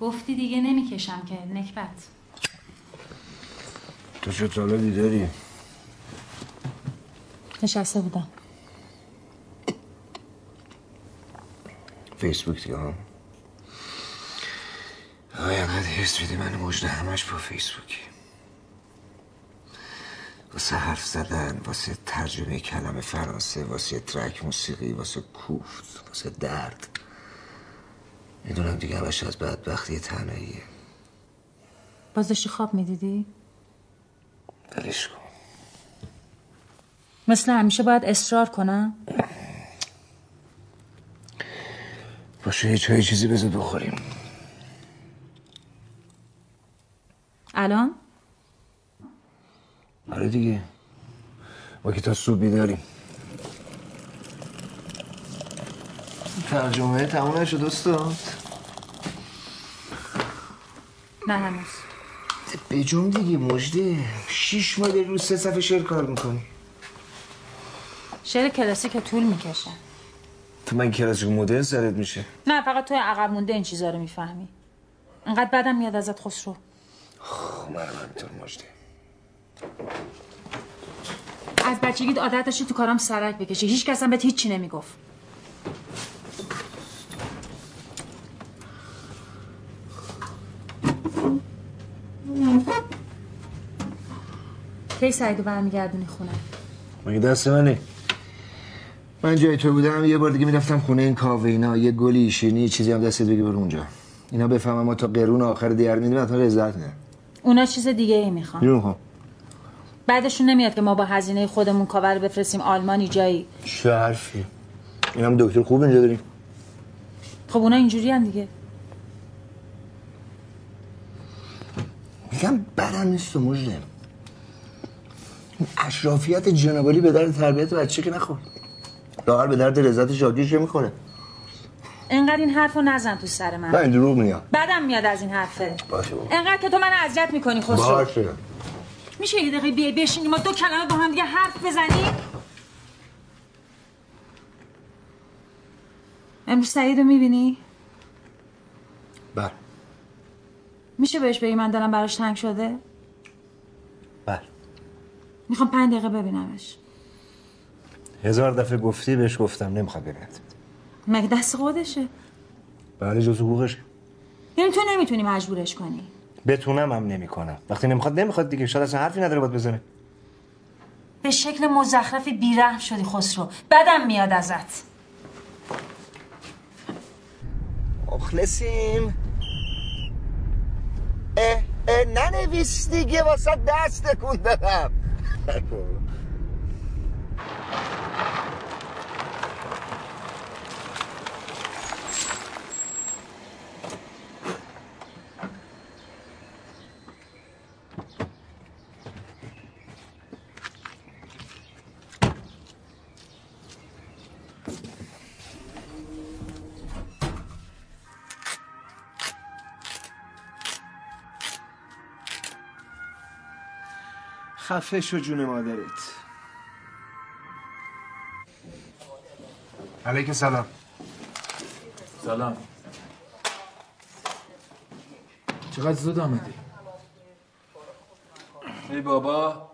گفتی دیگه نمیکشم که نکبت. تو چه طالبی داری؟ نشسته بودم. فیسبوک دیگه ها؟ آیا انقدر حس میدی من مجده همش با فیسبوکی. واسه حرف زدن، واسه ترجمه کلمه فرانسه، واسه ترک موسیقی، واسه کوفت، واسه درد. میدونم دیگه همش از بدبختی تنهاییه. باز داشتی خواب میدیدی؟ دلش کن. مثل همیشه باید اصرار کنم؟ باشه یه چایی چیزی بذار بخوریم. الان؟ آره دیگه. ما که تا صبح بیداریم. ترجمه تموم نشد استاد؟ نه هنوز. بجم دیگه مجده. 6 ماه رو 3 صفحه شعر کار میکنی. شعر کلاسیک طول میکشه. تو من کلاسیک مدرن سرت میشه. نه فقط توی عقب مونده این چیزا رو میفهمی. انقدر بدم میاد ازت خسرو. منم همینطور مجده. از بچگیت عادت داشتی تو کارام سرک بکشی. هیچ کس هم بهت هیچی نمیگفت. کی سعیدو برمیگردونی خونه؟ مگه دست منه؟ من جای تو بودم یه بار دیگه میرفتم خونه این کاوه اینا، یه گلی شیرینی چیزی هم دستت بگی برو اونجا. اینا بفهمم ما تا قرون آخر دیار میدیم حتما لذت نه. اونا چیز دیگه ای میخوان. میخوام. بعدشون نمیاد که ما با هزینه خودمون کاور بفرستیم آلمانی جایی. چه حرفی؟ اینم دکتر خوب اینجا داریم. خب اونا اینجوری ان دیگه. میگم بدم نیست و مجده. اشرافیت جنابالی به درد تربیت بچه که نخور. لاغر به درد لذت شادیش میخوره. انقدر این حرفو نزن تو سر من. من دروغ میگم. بدم میاد از این حرفه. باشه بابا. انقدر که تو منو اذیت میکنی خسرو. باشه. میشه یه دقیقه بیای بشینیم ما 2 کلمه با هم دیگه حرف بزنیم؟ امروز سعیدو میبینی؟ بله. میشه بهش بگی من دلم براش تنگ شده؟ بله. میخوام 5 دقیقه ببینمش. 1000 دفعه گفتی بهش گفتم نمیخواد ببینت. مگه دست خودشه؟ بله جز حقوقش. یعنی تو نمیتونی مجبورش کنی؟ بتونم هم نمیکنم. وقتی نمیخواد دیگه. شاید اصلا حرفی نداره باید بزنه. به شکل مزخرفی بیرحم شدی خسرو. بدم میاد ازت. مخلصیم. ننویس دیگه واسه دست تکون دادم. خفه شو جون مادرت. علیکم سلام. سلام. چقدر زود آمدی؟ ای بابا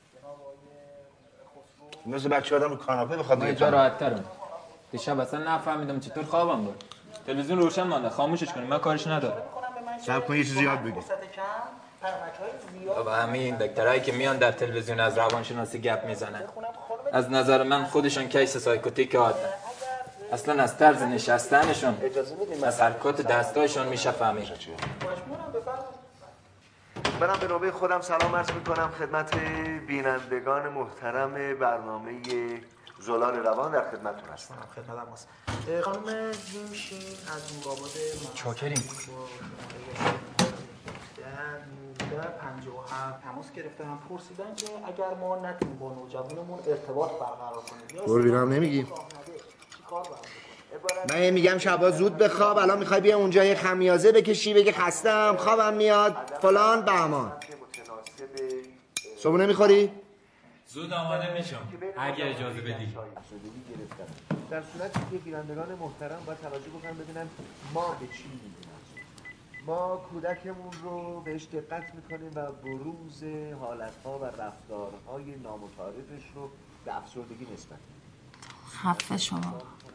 مثل بچه آدم رو کاناپه بخواد من اینجا راحت ترم. دیشب اصلا نفهمیدم چطور خوابم بود. تلویزیون روشن مانده. خاموشش کنیم من کارش ندارم. صبر کن یه چیزی یاد بگیر. بابا همین دکترایی که میان در تلویزیون از روانشناسی گپ میزنن از نظر من خودشون کیس سایکوتیک عادن. اصلا از طرز نشستنشون از حرکات دستایشون میشه فهمید. منم به نوبه خودم سلام عرض میکنم خدمت بینندگان محترم برنامه زلال روان در خدمتتون هستم. خدمتم هست. خانم جیمشین از مقابل چاکریم. 57 تماس گرفتن پرسیدن که اگر ما نتونیم با نوجوانمون ارتباط برقرار کنیم برو بیرم نمیگی؟ من میگم شبا زود بخواب الان میخوای بیا اونجا یه خمیازه بکشی بگی خستم خوابم میاد فلان بهمان. صبح نمیخوری؟ زود آماده میشم اگه اجازه بدی. در صورتی که گیرندگان محترم باید توجه بکنن ببینن ما به چی میدونیم. ما کودکمون رو بهش دقت میکنیم و بروز حالتها و رفتارهای نامتعارفش رو به افسردگی نسبت میدیم. خفه شما.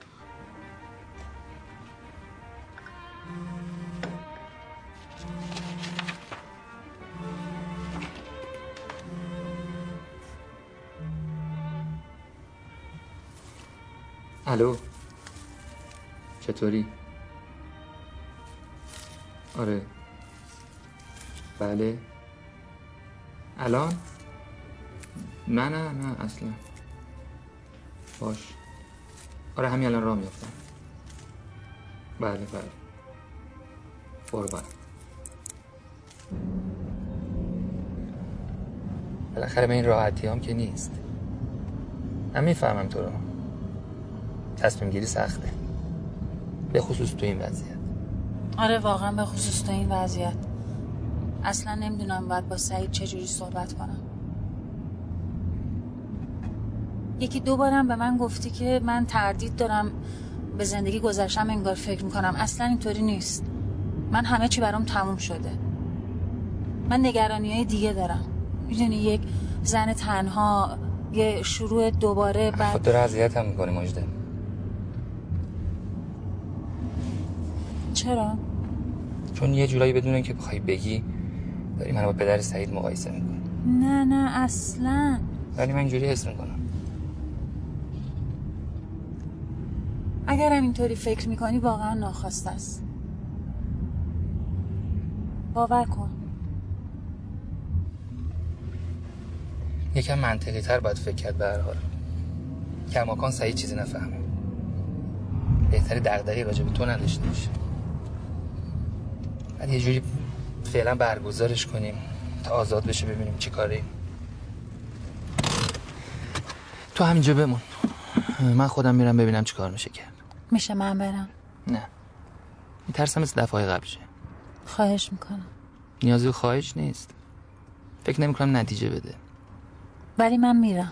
الو چطوری؟ آره بله الان؟ نه اصلا باش آره همین الان راه میافتم بله قربان بالاخره به این راحتی هم که نیست من میفهمم تو رو تصمیم گیری سخته به خصوص تو این وضعیت آره واقعا به خصوص تو این وضعیت اصلا نمیدونم باید با سعید چجوری صحبت کنم. یکی دو بارم به من گفتی که من تردید دارم به زندگی گذشتم انگار فکر میکنم. اصلا اینطوری نیست. من همه چی برام تموم شده. من نگرانی‌های دیگه دارم. میدونی یک زن تنها یه شروع دوباره بعد خود داره اذیت هم میکنی مجده. چرا؟ چون یه جورایی بدون اینکه بخوای بگی داری منو با پدر سعید مقایسه میکنی. نه اصلا. ولی من اینجوری حس میکنم. اگرم اینطوری فکر میکنی واقعا ناخواسته است. باور کن. یکم منطقی تر باید فکر کرد به هر حال. کماکان سعید چیزی نفهمه. بهتره دغدغه‌ای راجع به تو نداشته باشه. بعد یه جوری فعلا برگزارش کنیم تا آزاد بشه ببینیم چی کاریم. تو همینجا بمون. من خودم میرم ببینم چی کار میشه کرد. میشه من برم؟ نه. میترسم مثل دفعه قبل شه. خواهش میکنم. نیازی به خواهش نیست. فکر نمیکنم نتیجه بده. ولی من میرم.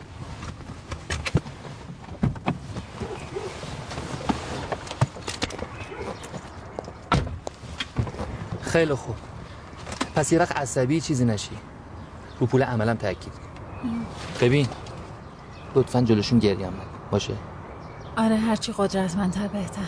خیلی خوب. پس یه وقت عصبی چیزی نشی. رو پول عملم تاکید کن. ببین لطفاً جلوشون گریم نکن باشه؟ آره هرچی قدرتمندتر بهتر.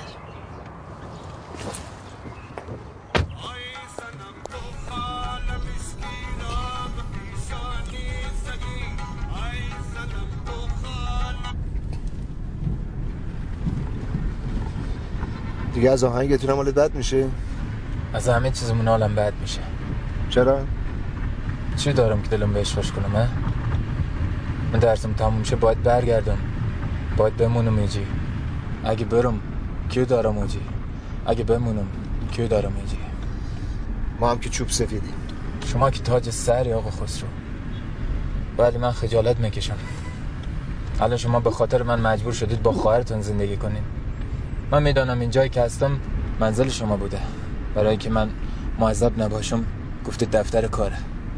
دیگه از آهنگتون هم حالت بد میشه؟ از همه چیزمون حالم بد میشه. چرا؟ چی دارم که دلم بهش خوش کنم ها؟ من درسم تموم میشه باید برگردم. باید بمونم ایجی. اگه برم کیو دارم ایجی؟ اگه بمونم کیو دارم ایجی؟ ما هم که چوب سفیدیم. شما که تاج سری آقا خسرو. ولی من خجالت میکشم. الان شما به خاطر من مجبور شدید با خواهرتون زندگی کنین. من میدانم این جایی که هستم منزل شما بوده. برای که من معذب نباشم گفته دفتر کاره.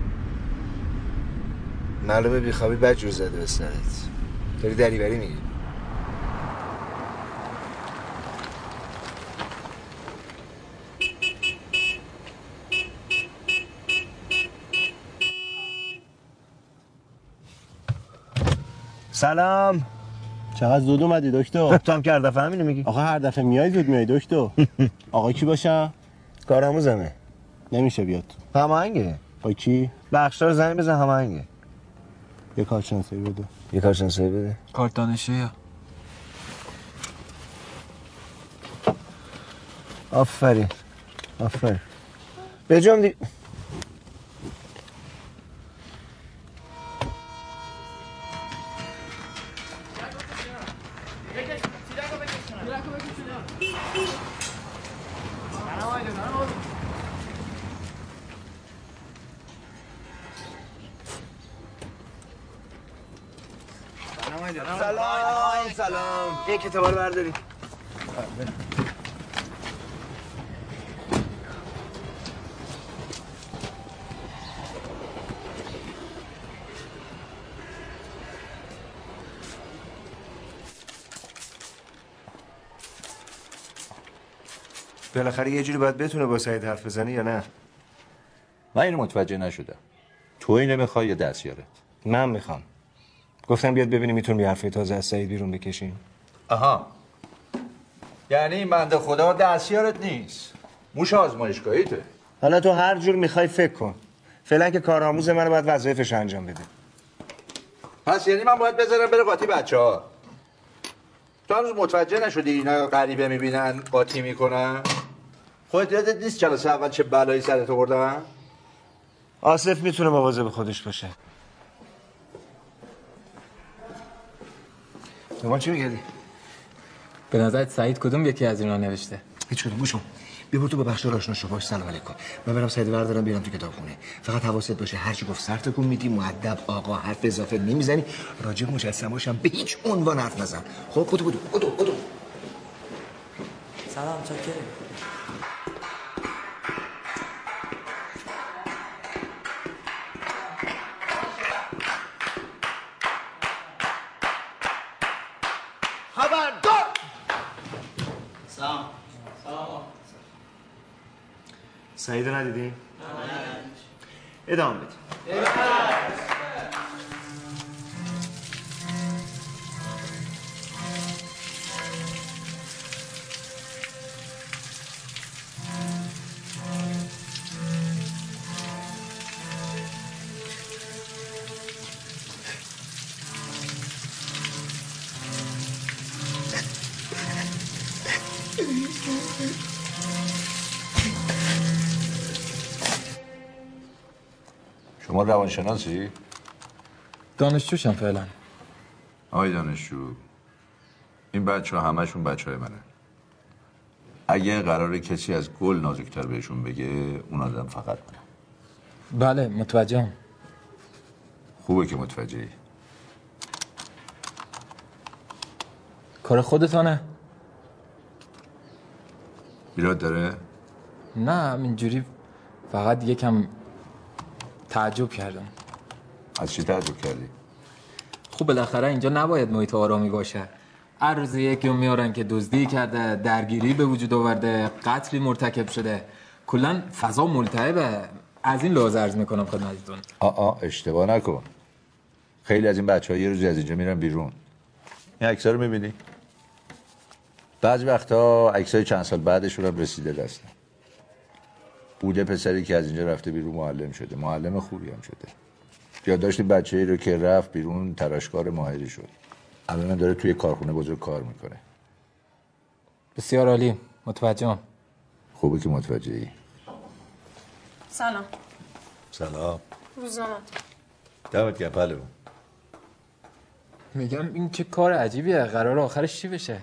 معلومه بیخوابی بد جور زده به سرت. داری دریوری میگی. سلام. چقدر زود اومدی دکتر؟ تو هم که هر دفعه همینو میگی. آقا هر دفعه میای زود میای دکتر. آقا کی باشم؟ کارآموزمه. نمیشه بیاد. هماهنگه. با کی؟ بخشدار زنگ بزن هماهنگه. یه کارشناسی بده. یه کارشناسی بده. کارت دانشجویی. آفرین. به جام دی سلام. این کتابا رو برداری. بالاخره یه جوری باید بتونه با سعید حرف بزنه یا نه؟ من اینو متوجه نشدم. تو اینو میخوای یا دستیارت؟ من میخوام. گفتم بیاد ببینیم میتونیم یه حرفی تازه از سعید بیرون بکشیم. آها. یعنی این بنده خدا دستیارت نیست. موش آزمایشگاهیته. حالا تو هر جور میخوای فکر کن. فعلا که کارآموز منو باید وظایفش انجام بده. پس یعنی من باید بذارم بره قاطی بچه‌ها. تو هنوز متوجه نشدی اینا غریبه میبینن قاطی میکنن؟ خودت یادت نیست جلسه اول چه بلایی سرت آوردن؟ آصف میتونه مواظب خودش باشه. شما چی میگردی؟ به نظرت سعید کدوم یکی از اینا نوشته؟ هیچ کدوم. گوش کن. ببر تو به بخش آشنا شو باش سلام علیکم. من برم سعید بردارم بیارم تو کتابخونه. فقط حواست باشه هر چی گفت سر تکون میدی، مؤدب آقا، حرف اضافه نمیزنی، راجع به مجسمه‌اش هم به هیچ عنوان حرف نزن. خب بدو. سلام چاکر. خبردار. سلام. سعید رو ندیدی؟ نه. ادامه بده. شما روانشناسی؟ دانشجوشم فعلا. آقای دانشجو، این بچه ها همشون بچه های منه. اگه قراره کسی از گل نازکتر بهشون بگه اون آدم فقط منه. بله متوجهم. خوبه که متوجهی. کار خودتانه؟ ایراد داره؟ نه همینجوری فقط یکم تعجب کردم. از چی تعجب کردی؟ خب بالاخره اینجا نباید محیط آرامی باشه. هر روز یکی میارن که دزدی کرده، درگیری به وجود آورده، قتلی مرتکب شده. کلا فضا ملتهبه. از این لحاظ عرض میکنم خدمتتون. اشتباه نکن. خیلی از این بچه‌ها یه روزی از اینجا میرن بیرون. این عکس‌ها رو می‌بینی؟ بعضی وقتا عکسای چند سال بعدشون هم رسیده دستم. بوده پسری که از اینجا رفته بیرون معلم شده. معلم خوبی هم شده. یادداشت بچه‌ای رو که رفت بیرون تراشکار ماهری شد. الان داره توی کارخونه بزرگ کار میکنه. بسیار عالی. متوجهم. خوبه که متوجهی. سلام. سلام. روزنامه. دمت گرم پهلوان. میگم این چه کار عجیبیه. قرار آخرش چی بشه؟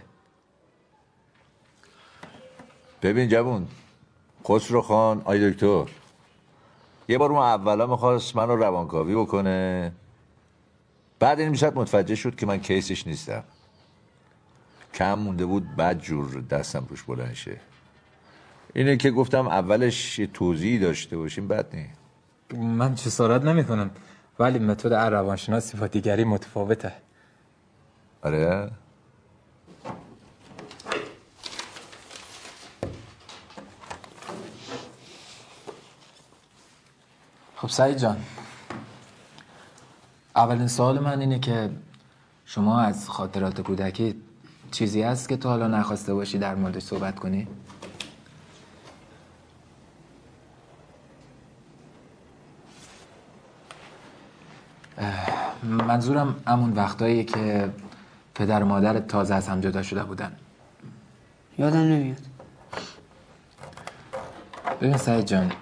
ببین جوون، خسرو خان آی دکتر یه بار اون اولا میخواست منو روانکاوی بکنه، بعد این میشد متوجه شد که من کیسش نیستم. کم مونده بود بد جور دستم روش بلند شه. اینه که گفتم اولش یه توضیحی داشته باشیم بد نی. من جسارت نمی کنم ولی متد روانشناسی با دیگری متفاوته. آره؟ خب سعید جان، اولین سوال من اینه که شما از خاطرات کودکی چیزی هست که تا حالا نخواسته باشی در موردش صحبت کنی؟ منظورم همون وقتاییه که پدر و مادرت تازه از هم جدا شده بودن. یادم نمیاد. ببین سعید جان،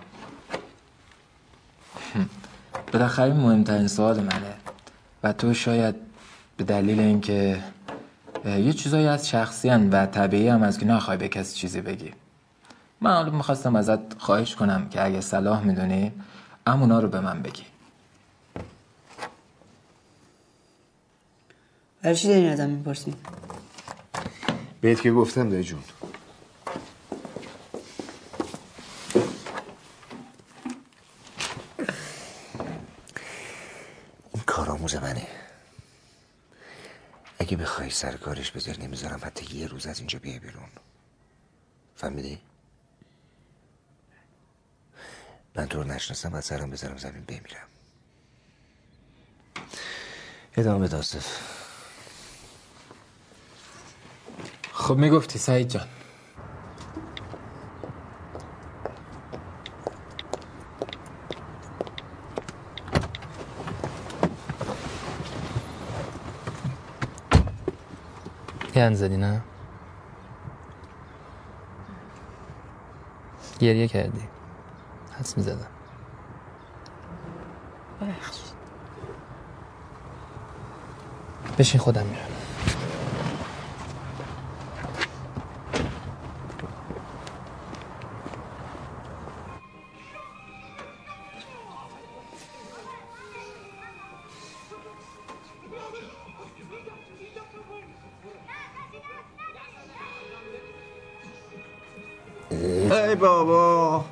بالاخره مهمترین سوال منه و تو شاید به دلیل اینکه یه چیزایی از شخصی هن و طبیعی هم از که نخوای به کسی چیزی بگی. من حالا میخواستم ازت خواهش کنم که اگه صلاح میدونی همونا رو به من بگی. برای چی داری ازم میپرسی؟ بهت که گفتم دایی جون. این کارآموز منه. اگه بخوای سر کارش بذاری نمیذارم حتی یه روز از اینجا بیای بیرون. فهمیدی؟ من تو رو نشناسم و سرم بذارم زمین بمیرم. ادامه بده آصف. خب میگفتی سعید جان. گند زدی نه؟ گریه کردی. حدس میزدم. ببخشید. بشین خودم میرم. ای بابا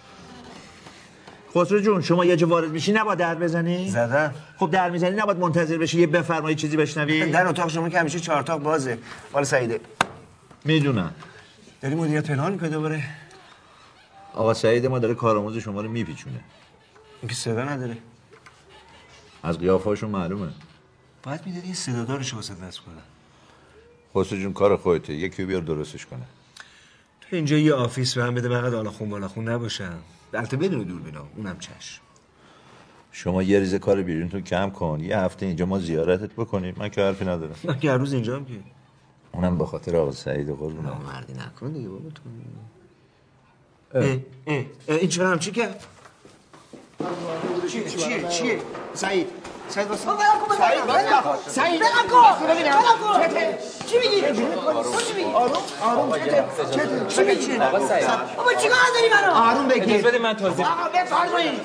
خسرو جون، شما یه جا وارد میشی نباید در بزنی؟ زدم. خب در میزنی نباید منتظر بشی یه بفرمایی چیزی بشنوی؟ در اتاق شما که همیشه 4 اتاق بازه. حالا سعیده میدونم. داری مدیریت پنهان میکنه دوباره؟ آقا سعید ما داره کارآموز شما رو میپیچونه. این که صدا نداره. از قیافه‌شون معلومه. باید میدادی یه صدادارش واسه دست کنه. خسرو جون کار خودته، یکی رو بیار درستش کنه. تو اینجا یه آفیس به هم بده، فقط حالا خون بالا خون نباشم. البته بدون دوربینا، اونم چشم. شما یه ریزه کار بیرونتون کم کن، یه هفته اینجا ما زیارتت بکنیم. من که حرفی ندارم. من که هر روز اینجام که. اونم به خاطر آقا سعید قربونم. مردی نکن دیگه بابا تو. این چرا همچی کرد؟ چیه؟ سعید واسه سعید چی میگی؟ آروم چی میگی؟ بابا چیکار داری منو؟ آروم بگیر. اجازه بده من توضیح آقا بفرمایید.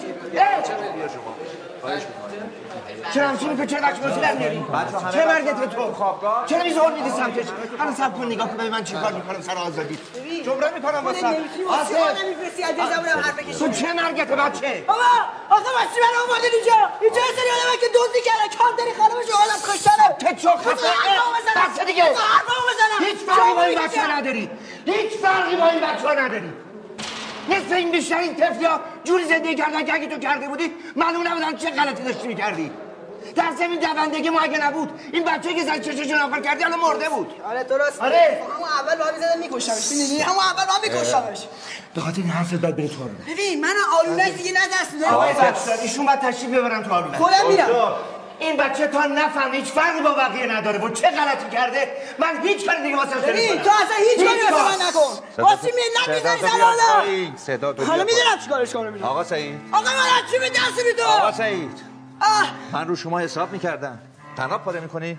چرا همچی میکنی؟ چرا بچه بازی در میاری؟ چه مرگته تو؟ خوابگاه؟ چرا میزور میدی سمتش؟ الان سب کن نگاه کن ببین من چیکار میکنم سر آزادی. جبران میکنم واسه آسه نمیفرستی از زبونم حرف بکشی. تو چه مرگته بچه؟ بابا آخه واسه من اومدین اینجا یه سری آدمه که دزدی کردن کام داری خانمشو آدم کشتنه. ته چخ بس دیگه. هیچ فرقی با این بچه نداری. هیچ فرقی با این بچه نداری. مثل این بیشتر این طفلیا جوری زندگی کردن که اگه تو کرده بودی معلوم نبودن چه غلطی داشتی می‌کردی. در زمین دوندگی ما اگه نبود این بچه‌ای که زد چشش ناخن کردی الان مرده بود. آره درست. آره. همون اول باید می‌زدم می‌کشتمش. می‌دونی همون اول باید می‌کشتمش. به خاطر این حرفت باید بری تو آلونه. ببین من آلونه دیگه نه دست میدم. آقای بچه‌ها ایشون باید تشریف ببرن تو آلونه. خودم میرم. این بچه تا نفهم هیچ فرقی با بقیه نداره و چه غلطی کرده من هیچ کاری دیگه واسه ببین تو اصلا هیچ کاری واسه من نکن. واسه نمیذاری سلالا. صدا تو حالا میدونم چیکارش کنم. آقا سعید. آقا من چی به دست میدم؟ آقا سعید. من رو شما حساب می‌کردم. تناب پاره می‌کنی؟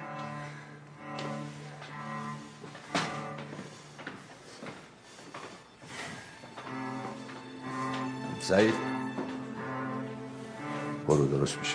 سعید. برو درست میشه.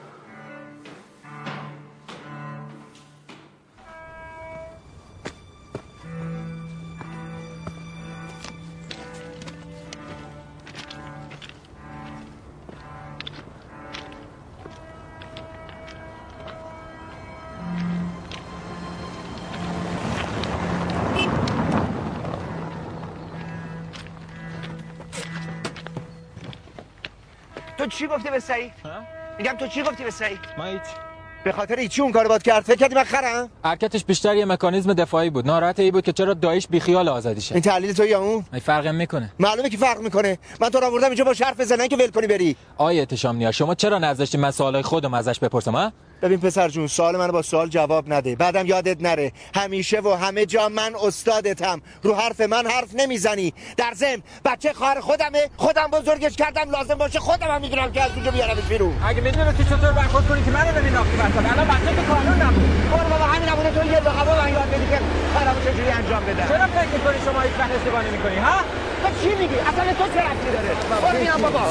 تو چی گفتی به سعید؟ میگم تو چی گفتی به سعید؟ ما هیچ. به خاطر هیچی اون کارو باید کرد. فکر کردی من خرم؟ حرکتش بیشتر یه مکانیزم دفاعی بود. ناراحت ای بود که چرا داعش بیخیال آزادیشه. این تحلیل تو یا اون؟ ای فرق میکنه. معلومه که فرق میکنه. من تو رو آوردم اینجا با حرف بزنن که ول کنی بری. آیه احتشام شما چرا نذاشتی من سوالای خودم ازش بپرسم ها؟ ببین پسر جون سوال منو با سوال جواب نده. بعدم یادت نره همیشه و همه جا من استادتم. رو حرف من حرف نمیزنی. در ضمن بچه خواهر خودمه. خودم بزرگش کردم لازم باشه خودم هم میدونم که از اونجا بیارمش بیرون. اگه میدونستی چطور برخورد کنی که منو نمی‌ناختی مثلا الان بچه که قانون نبود. برو بابا همین نمونه تو یه لقبه من یاد بدی که کارامو چجوری انجام بدم. چرا فکر می‌کنی شما هیچ وقت اشتباه نمی‌کنی ها؟ تو چی میگی؟ اصلا تو چه ربطی داره؟ برو میام بابا.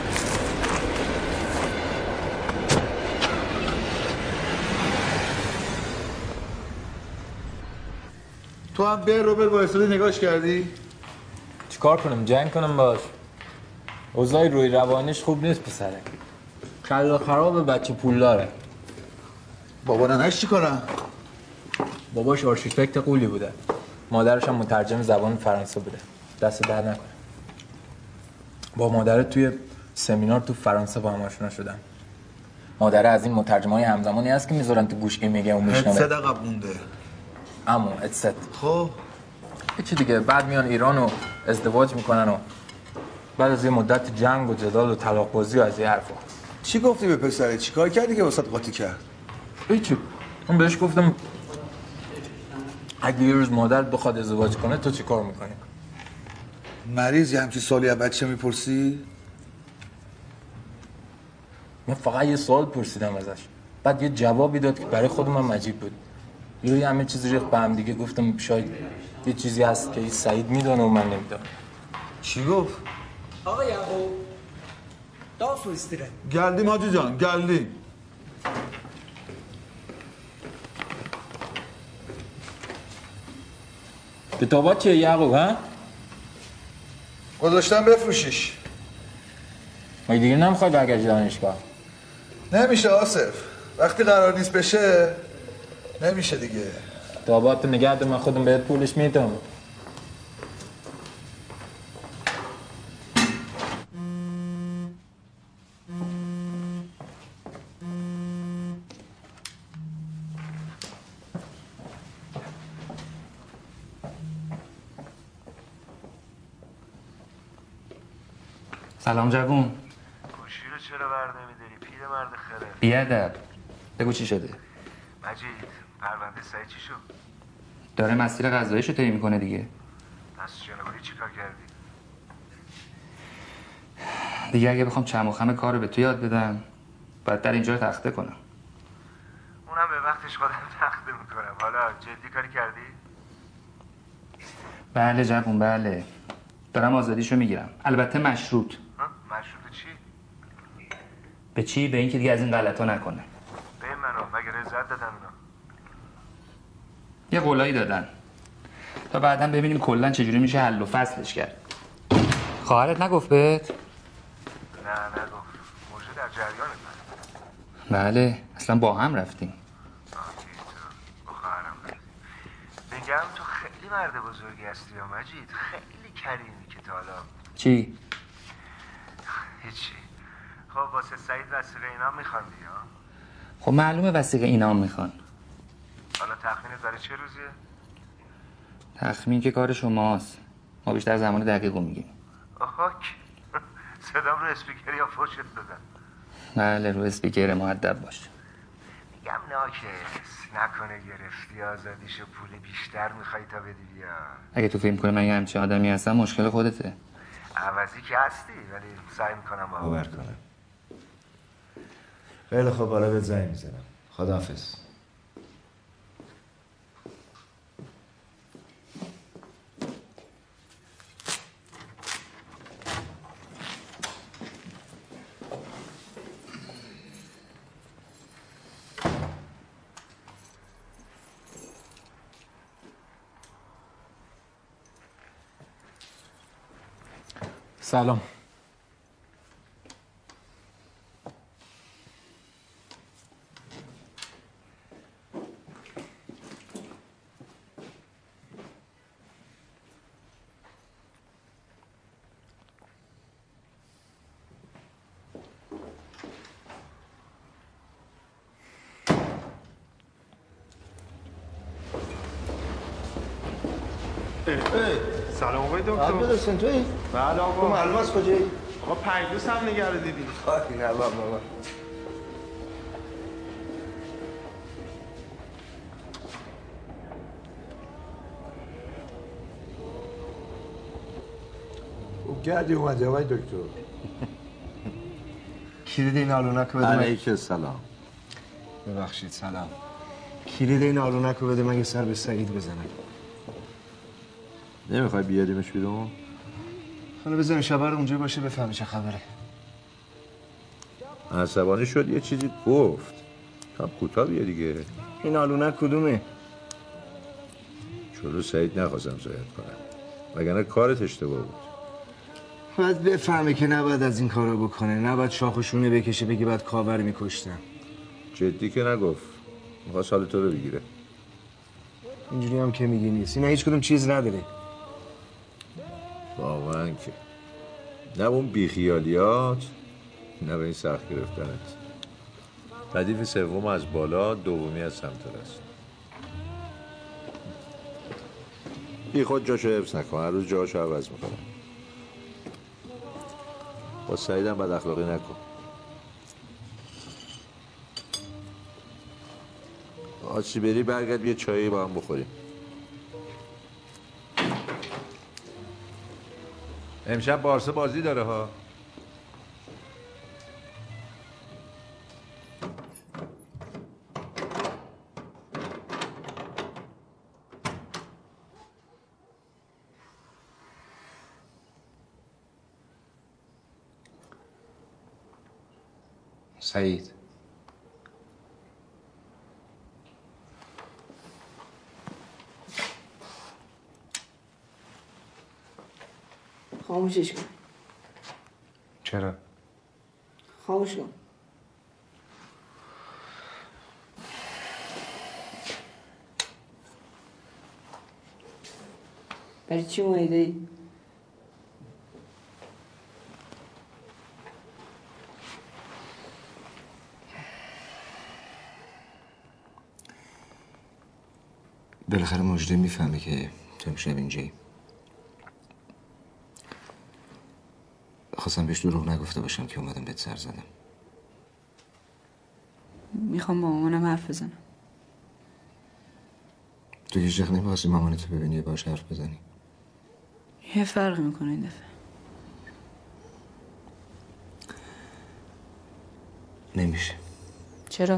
تو هم به روبر با استودی نگاش کردی؟ چیکار کنم جنگ کنم باش؟ اوضاع روی روانیش خوب نیست پسره. کله خراب بچه پولداره. بابا ننش چی کارن؟ باباش آرشیتکت قولی بوده. مادرش هم مترجم زبان فرانسه بوده. دست در نکنه. با مادرت توی سمینار تو فرانسه با هم آشنا شدم. مادره از این مترجمای همزمانی هست که میذارن تو گوش این میگه اون میشنوه. هدست عقب مونده. عمو هدست. خب چی دیگه، بعد میان ایران و ازدواج میکنن و بعد از یه مدت جنگ و جدال و طلاق بازی و از این حرفا. چی گفتی به پسرت؟ چیکار کردی که واسط قاطی کرد؟ هیچی. من بهش گفتم اگه یه روز مادرت بخواد ازدواج کنه تو چی کار میکنی؟ مریضی همچین سوالی از بچه میپرسی؟ من فقط یه سوال پرسیدم ازش، بعد یه جوابی داد که برای خود من عجیب بود. یه همه چیز ریخت به هم دیگه. گفتم شاید یه چیزی هست که سعید میدونه و من نمیدونم. چی گفت؟ آقا یعقوب دا فرستیره. گلدیم حاجی جان، گلدیم. کتابات چیه یعقوب ها؟ گذاشتم بفروشیش. مگه دیگه نمیخوای برگردی دانشگاه؟ نمیشه آصف، وقتی قرار نیست بشه نمیشه دیگه. کتابات نگه دار، من خودم بهت پولش میدم. سلام جوون. گوشی رو چرا بر نمیداری پیرمرد خرف؟ بیادب. بگو چی شده؟ مجید پرونده سعید چی شد؟ داره مسیر قضاییشو طی میکنه دیگه. پس جنابالی چیکار کردی؟ دیگه اگه بخوام چم و خم کارو به تو یاد بدم باید در اینجا رو تخته کنم. اونم به وقتش خودم تخته میکنم. حالا جدی کاری کردی؟ بله جوون بله. دارم آزادیشو میگیرم. البته مشروط. مشروط چی؟ به چی؟ به اینکه دیگه از این غلطا نکنه. به منو مگه رضایت دادن اونا؟ یه قولایی دادن تا بعداً ببینیم کلاً چجوری میشه حل و فصلش کرد. خواهرت نگفت بهت؟ نه نگفت. موجه در جریان من. بله اصلا با هم رفتیم. با خواهرم رفتیم. بگم تو خیلی مرد بزرگی هستی یا مجید. خیلی کریمی که تا حالا. چی؟ هیچی. خب واسه سعید وثیقه اینام میخوان دیگه؟ خب معلومه وثیقه اینام میخوان. حالا تخمینت برای چه روزیه؟ تخمین که کار شماست. ما بیشتر زمان دقیقو میگیم. آخاک صدام رو اسپیکر یا فوشت دادن؟ بله رو اسپیکر مؤدب باش. میگم ناکس نکنه گرفتی آزادیشو پول بیشتر میخوای تا بدی بیا. اگه تو فیلم کنه من یه همچین آدمی هستم مشکل خودته. عوضی که هستی ولی سعی میکنم باور کنم. خیلی خوب حالا بهت زنگ میزنم. خداحافظ. سلام. سلام آقای دکتر. عبدالحسین تویی؟ بله آقا. تو معلوم است کجایی؟ آقا 5 دوست هم نگه رو دیدی. خواهی نه بابا. گردی اومده آقای دکتر. کلید این آلونک رو بده من. علیک سلام. ببخشید سلام. کلید این آلونک رو بده من یه سر به سعید بزنم. نمیخوای بیاریمش بیرون؟ حالا بزنیم شب رو اونجا باشه بفهمی چه خبره. عصبانی شد یه چیزی گفت. تا کوتاه بیا دیگه. این آلونک کدومه؟ چلو سعید نخواستم زاید کنم. وگرنه کارت اشتباه بود. باید بفهمه که نباید از این کارا بکنه. نباید شاخشونه بکشه بگه بعد کاور میکشتم. جدی که نگفت. میخواست حال تو رو بگیره. اینجوری هم که میگی نیست. اینا هیچ کدوم چیز نداره. واقعا که نه اون بیخیالیات نه به این سخت گرفتنت. ردیف سوم از بالا، دومی از سمت راست. بی خود جاشو حفظ نکن، هر روز جاشو عوض میکنم. با سعیدم بد اخلاقی نکن. آجی بری برگرد یه چایی با هم بخوریم. امشب بارسا بازی داره ها. سعید خاموشش کن. چرا؟ خاموش کن. برای چی اومده ای؟ بالاخره مجده میفهمه که تو امشب اینجایی. خواستم بهش دروغ نگفته باشم که اومدم بهت سر زدم. میخوام با مامانم حرف بزنم. تو هیچ وقت نمی‌خواستی مامانتو ببینی و باهاش حرف بزنی؟ یه فرق میکنه این دفعه. نمیشه. چرا؟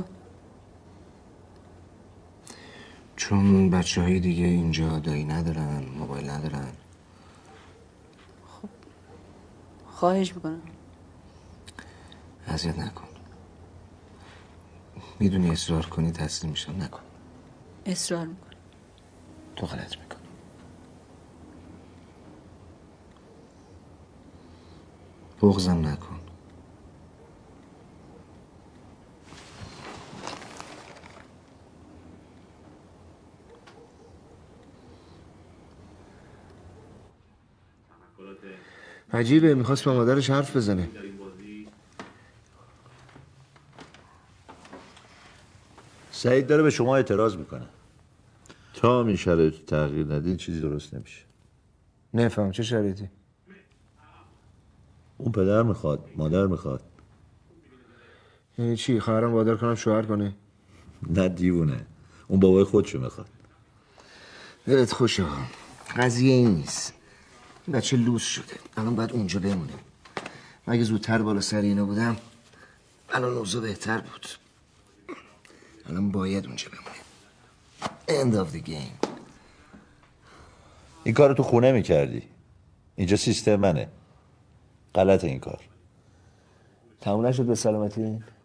چون بچه‌های دیگه اینجا دایی ندارن، موبایل ندارن. خب خواهش میکنم. اذیت نکن. میدونی اصرار کنی تسلیم میشم، نکن. اصرار میکنم. تو غلط میکنی. بغضم نکن. عجیبه، میخواست با مادرش حرف بزنه. سعید داره به شما اعتراض میکنه. تا این شرایط تغییر ندین چیزی درست نمیشه. نفهم چه شرایطی؟ اون پدر میخواد، مادر میخواد. یعنی چی؟ خواهرم وادار کنم شوهر کنه؟ نه دیوونه، اون بابای خودشو میخواد. دلت خوشه ها. قضیه این نیست. این بچه لوس شده، الان باید اونجا بمونه. مگه زودتر بالا سر اینا بودم الان اوضاع بهتر بود. الان باید اونجا بمونه. End of the game. این کارو تو خونه میکردی، اینجا سیستم منه. غلط این کار. تموم نشد به سلامتی؟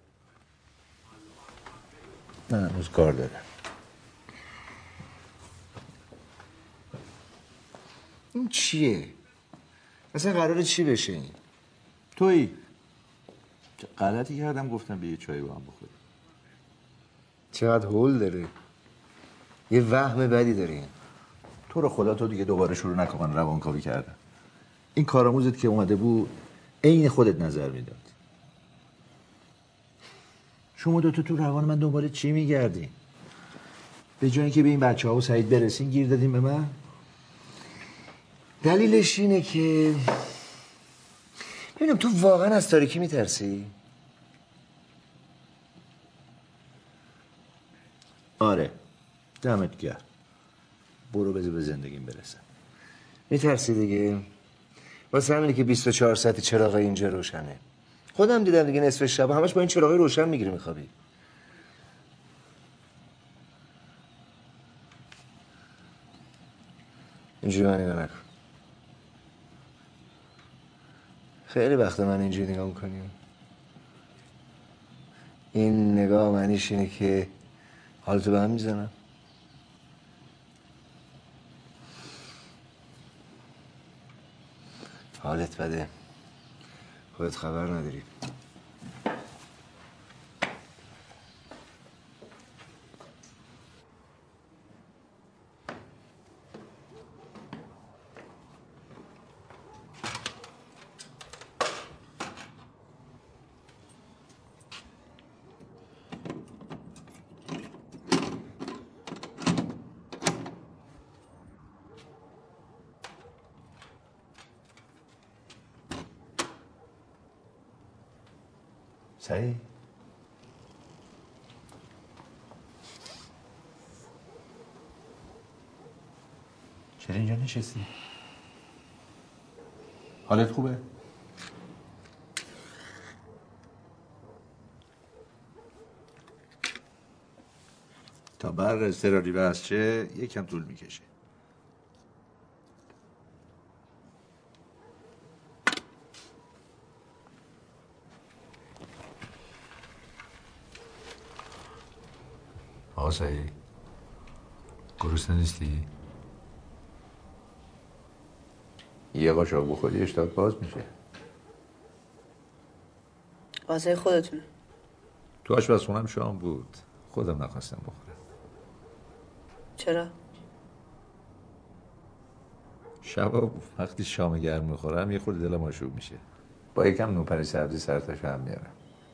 نه هنوز کار داره. این چیه؟ اصلا قراره چی بشه این؟ تویی غلطی کردم گفتم بیا چای با هم بخوریم. چقدر هول داره. یه وهم بدی داره این. تو رو خدا تو دیگه دوباره شروع نکن روانکاوی کردن. این کارآموزت که اومده بود عین خودت نظر میداد. شما دوتا تو روان من دنبال چی میگردی؟ به جای اینکه به این بچه ها و سعید برسین گیر دادیم به من؟ دلیلش اینه که ببینم تو واقعا از تاریکی میترسی؟ آره دمت گرم. برو بذار به زندگیم برسم. میترسی دیگه؟ واسه همینه که 24 ساعت چراغ اینجا روشنه. خودم دیدم دیگه نصف شب همش با این چراغ روشن میگیری میخوابی. اینجوری من نگاه نکن. خیلی وقت من اینجوری نگاه میکنیم. این نگاه معنیش اینه که حالتو به هم میزنم. حالت بده، خودت خبر نداری. سعید چرا اینجا نشستی؟ حالت خوبه؟ تا برق اضطراری بس چه یکم طول میکشه. آقا سعید گرسنه نیستی؟ یه قاشق بخوری اشتهات باز میشه. غذای خودتونه. تو آشپزخونه‌م شام بود، خودم نخواستم بخورم. چرا؟ شبا وقتی شام گرم میخورم یه خورده دلم آشوب میشه. با یکم نوپر سبزی سرتاش هم میارم.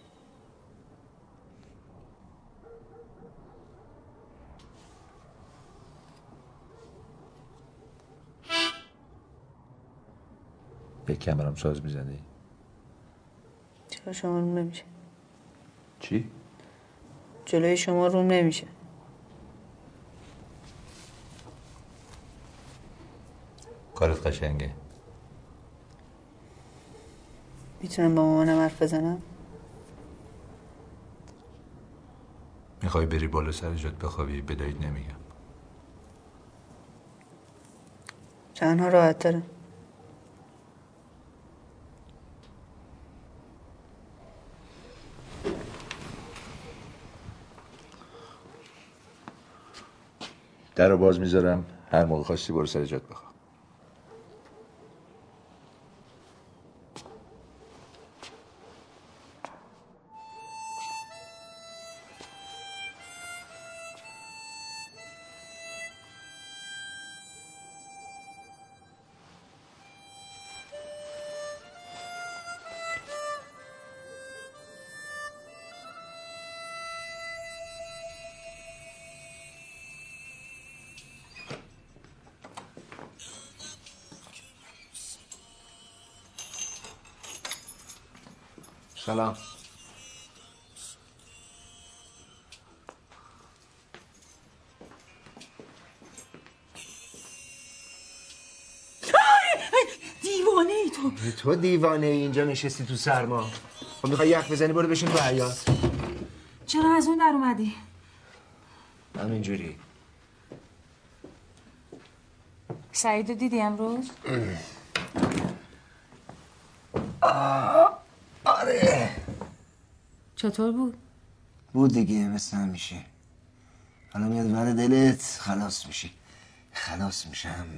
به کمرم ساز میزنی؟ چرا شما روم نمیشه؟ چی؟ جلوی شما روم نمیشه. کارت قشنگه. میتونم با مامانم حرف بزنم؟ میخوای بری بالا سر جات بخوابی بدهید نمیگم. تنها راحت تره. در رو باز میذارم، هر موقع خواستی برو سر جات بخواب. سلام. دیوانه ای تو. تو دیوانه ای اینجا نشستی تو سرما. خب میخوای یخ بزنی برو بشین تو حیاط. چرا از اون در اومدی؟ همینجوری. سعیدو دیدی امروز؟ آره. چطور بود؟ بود دیگه مثل همیشه. حالا میاد ور دلت خلاص میشی. خلاص میشم.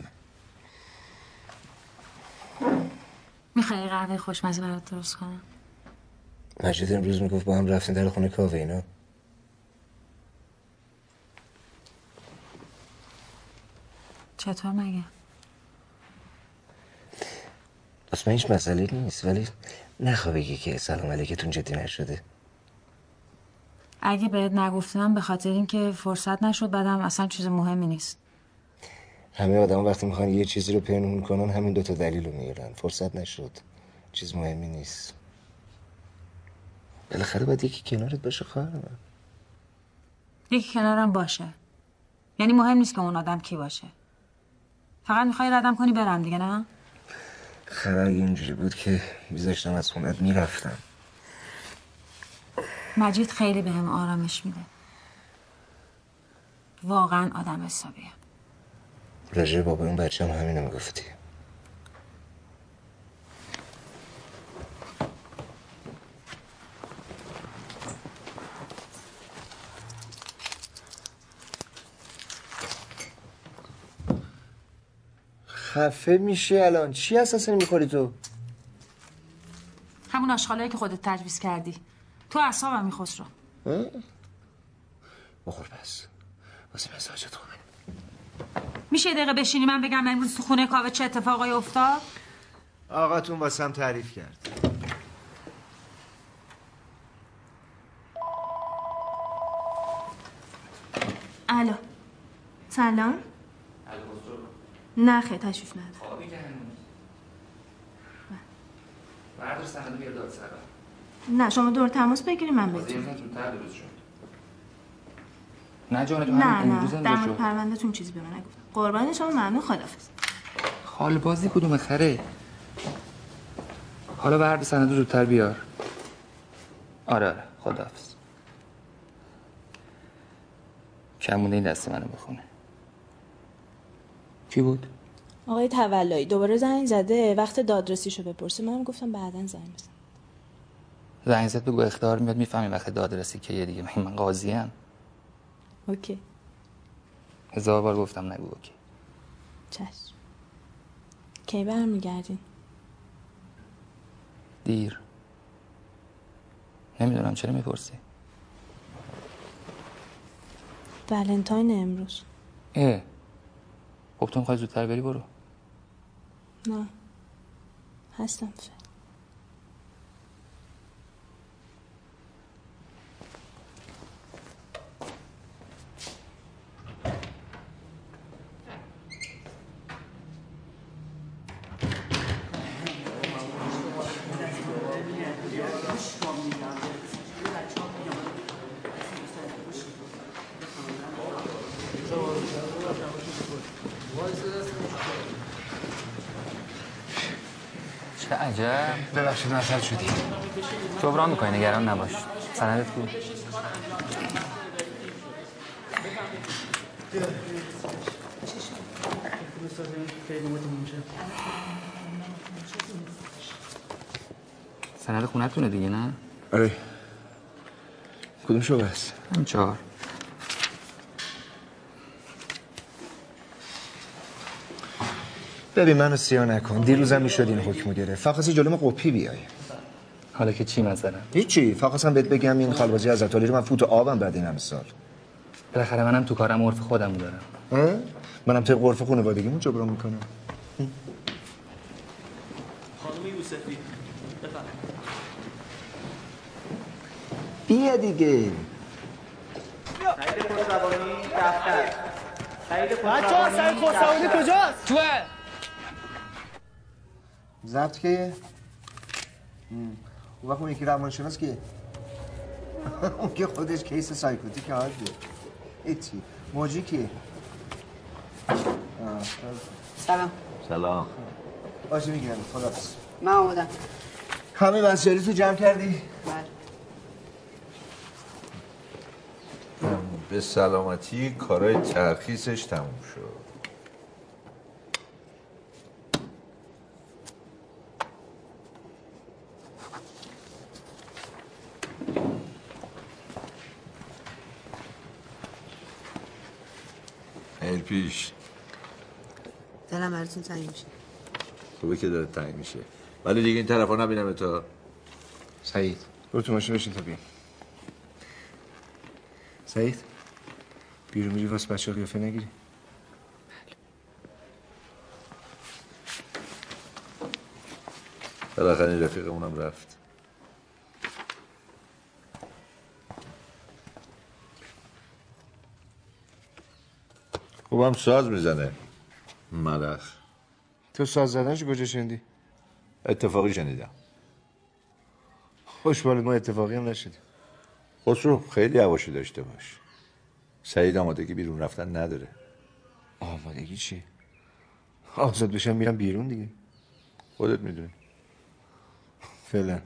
میخوای قهوه خوشمزه برات درست کنم؟ مجید امروز میگفت با هم رفتین در خونه کاوه اینا. چطور مگه؟ اصلا هیچ مسئله نیست ولی نخوا بگی که سلام علیکتون جدی نشده. اگه بهت نگفتم به خاطر اینکه فرصت نشد بعدم اصلا چیز مهمی نیست. همه آدم وقتی میخوان یه چیزی رو پنهون کنن همین دوتا دلیل رو میارن. فرصت نشد، چیز مهمی نیست. بالاخره باید یکی کنارت باشه خواهر من. یکی کنارم باشه یعنی مهم نیست که اون آدم کی باشه، فقط میخوای ردم کنی برم دیگه نه؟ خبر اینجوری بود که میذاشتم از خونت میرفتم. مجید خیلی بهم آرامش میده. واقعا آدم حسابیه. راجع بابا اون بچه هم همینو میگفتی. خفه میشه الان. چی اساسا میخوری تو؟ همون آشغالایی که خودت تجویز کردی. تو اعصابم میخسرو. بخور پس. واسه مزاجت خوبه. میشه یه دقیقه بشینی من بگم امروز تو خونه کاوه چه اتفاقایی افتاد؟ آقاتون واسم تعریف کرد. الو. سلام. نه خیلی تشریف نداره. خوابی که هنوز. بردار صندوق بیار داد سر. نه شما دور تماس بگیرید من بهتون. نه جان تو نه در مورد پروندهتون چیزی به من نگفتم. قربان شما ممنون، خداحافظ. خال بازی کدوم خره؟ حالا برد سندو زودتر بیار. آره خداحافظ. کمونه این دست منو بخونه. کی بود؟ آقای تولایی دوباره زنگ زده، وقت دادرسیشو بپرسه. منم گفتم بعداً زنگ بزن. زنگ زد بگو اخطار میاد، میفهمی وقت دادرسی که یه دیگه. من قاضیم. اوکی. 1000 بار گفتم نگو اوکی. چشم. کی برمیگردین؟ دیر. نمیدونم چرا میپرسی. ولنتاین امروز. خب تو میخوای زودتر بری برو. نه هستم فعلا. چه عجب. ببخشید نظر شدی. جبران میکنی نگران نباش. سندت کو؟ سند خونتونه دیگه نه؟ آره. کدوم شو بس؟ هم 4. ببین منو سیاه نکن. دیروزم میشد این حکمو گرفت. فقط جلوم قپی بیای. حالا که چی مثلا؟ هیچی. فقط بهت بگم این خالبازی حضرت علی رو من فوت آبم بعد این همه سال. بالاخره منم تو کارم عرف خودمو دارم. منم طبق عرف خانوادگیمون جبران میکنم. خانم یوسفی بیا دیگه. سعید خسروانی دفتر. سعید خسروانی کجاست؟ توه. ضبط که اون وقت اون یکی روانشناس که اون که خودش کیس سایکوتیک حاله. هیچی. موجی که سلام. باشه میگیرم. خداحافظ. من آمدم. همه وسایلی تو جمع کردی؟ بله. به سلامتی کارهای ترخیصش تموم شد. خیلی پیش. دلم براتون تنگ میشه. خوبه که داره تنگ میشه. ولی دیگه این طرف ها نبینم تا. سعید برو تو ماشین بشین تا بیم. سعید بیرون میری واسه بچه ها قیافه نگیری؟ بالاخره این رفیقمونم رفت. خوبم ساز میزنه ملخ. تو ساز زدنش کجا شنیدی؟ اتفاقی شنیدم. خوشبالت ما اتفاقی هم نشدیم. خسرو خیلی حواشی داشته باش. سعید آمادگی بیرون رفتن نداره. آمادگی چی؟ آزاد بشم میرم بیرون دیگه. خودت میدونی. فعلا.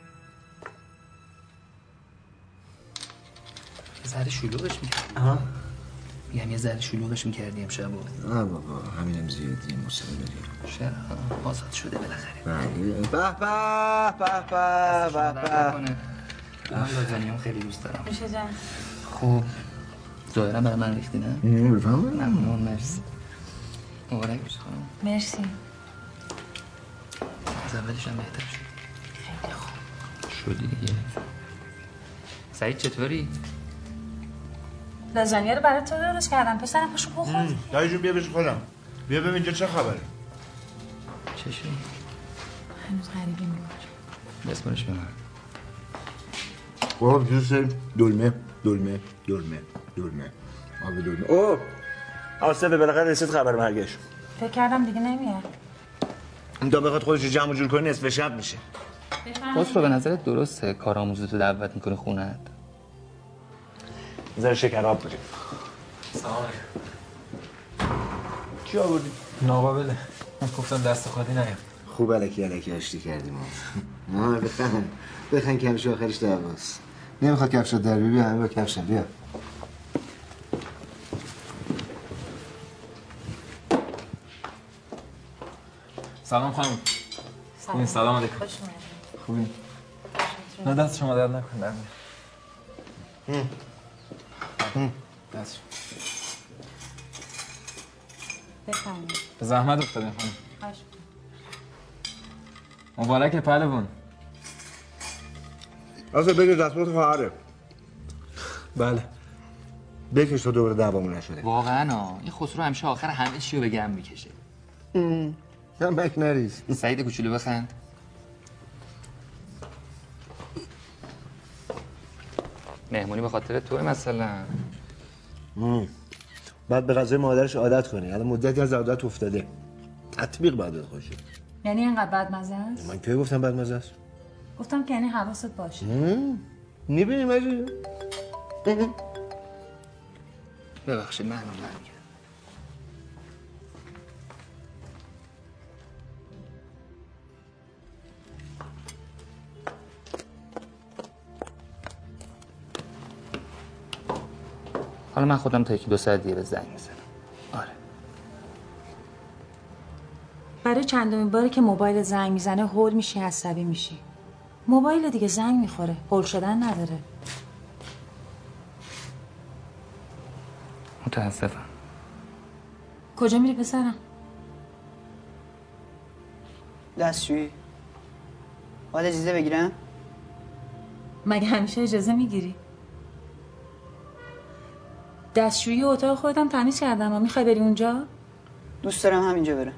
ذره شلوغش میکنه. آها میگم یه ذره شلوغش می‌کردی امشب. نه بابا همینم زیادی مصیبت بریم. چرا آزاد شده بالاخره. بله. به من لازانیام خیلی دوست دارم. میشه جان. خب ظاهرا برای من ریختی نه؟ بفهم. ممنون مرسی. مبارک باشه خانم. مرسی. از اولش هم بهتر شد. خیلی خوب. شدی دیگه. سعید چطوری؟ لازانیا رو برای تو درست کردم پسرم، پاشو بخور. دایی جون بیا بشو خودم. بیا ببین اینجا چه خبره. چه شد؟ هنوز غریبی میگوش. بسپارش به من. خب دوست دلمه آب دلمه. اوه آصفه بالاخره رسید خبر مرگش. فکر کردم دیگه نمیاد. این تا بخواد خودش جمع جور کنه نصف شب میشه. خسرو به نظرت درسته کارآموزتو دعوت میکنه خونه‌ات؟ ذره شکراب بده. سلام علیکم. چی آوردی؟ ناقابله. من گفتم دست خودی نیام. خوب الکی آشتی کردیم ما. بخن کفش آخرش دعواست. نمیخواد کفشات در بیا همین با کفشم بیا. سلام خانم. خوبین؟ سلام علیکم. خوش اومدید. خوبین؟ نه دست شما درد نکن. در دست بفرمایید. به زحمت افتادین خانم. خوش مبارکه پهلوان. آسه بگیر دستمات خواهره. بله. بکش تو دوباره دعوامون نشده. واقعا این خسرو همیشه آخر همه چی رو به گم میکشه. نمک نریز. سعید کوچولو بخند. مهمونی به خاطر توه مثلا. بعد به غذای مادرش عادت کنی. الان مدتی از عادت افتاده. تطبیق باید خوشه. یعنی اینقدر بدمزه است؟ من کی گفتم بدمزه است؟ گفتم که یعنی حواست باشه. میبینی ماجی؟ ببخشید مهمون نمیگه. حالا من خودم تا 1-2 ساعت دیگه به زنگ میزنم. آره. برای چندمین باری که موبایل زنگ میزنه هول میشی، عصبی میشی. موبایل دیگه زنگ میخوره، هول شدن نداره. متاسفم. کجا میری پسرم؟ دستشویی. باید اجازه بگیرم؟ مگه همیشه اجازه میگیری؟ دستشویی اتاق خودم تمیز کردم. میخوای بری اونجا؟ دوست دارم همینجا برم.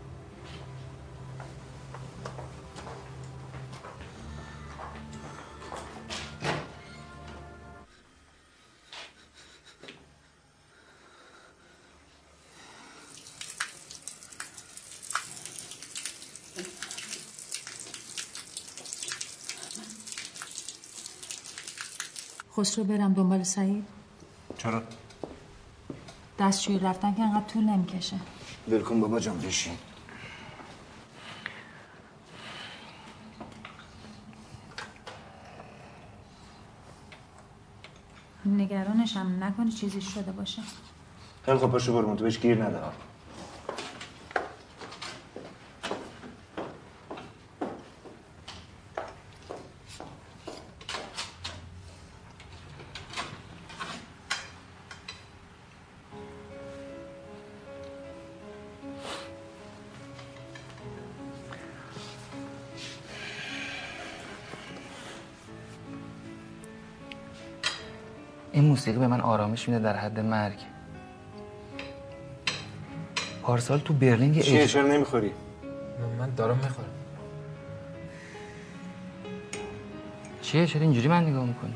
خسرو برم دنبال سعید؟ چرا؟ دستشویی رفتن که انقدر طول نمیکشه. ول کن بابا جان بشین. نگرانشم نکنی چیزی شده باشه. خیلی خوب پاشو برو تو بهش گیر نده. این موسیقی به من آرامش میده در حد مرگ. پارسال تو برلین چیه چرا نمیخوری؟ من دارم میخورم. چیه چرا اینجوری من نگاه میکنی؟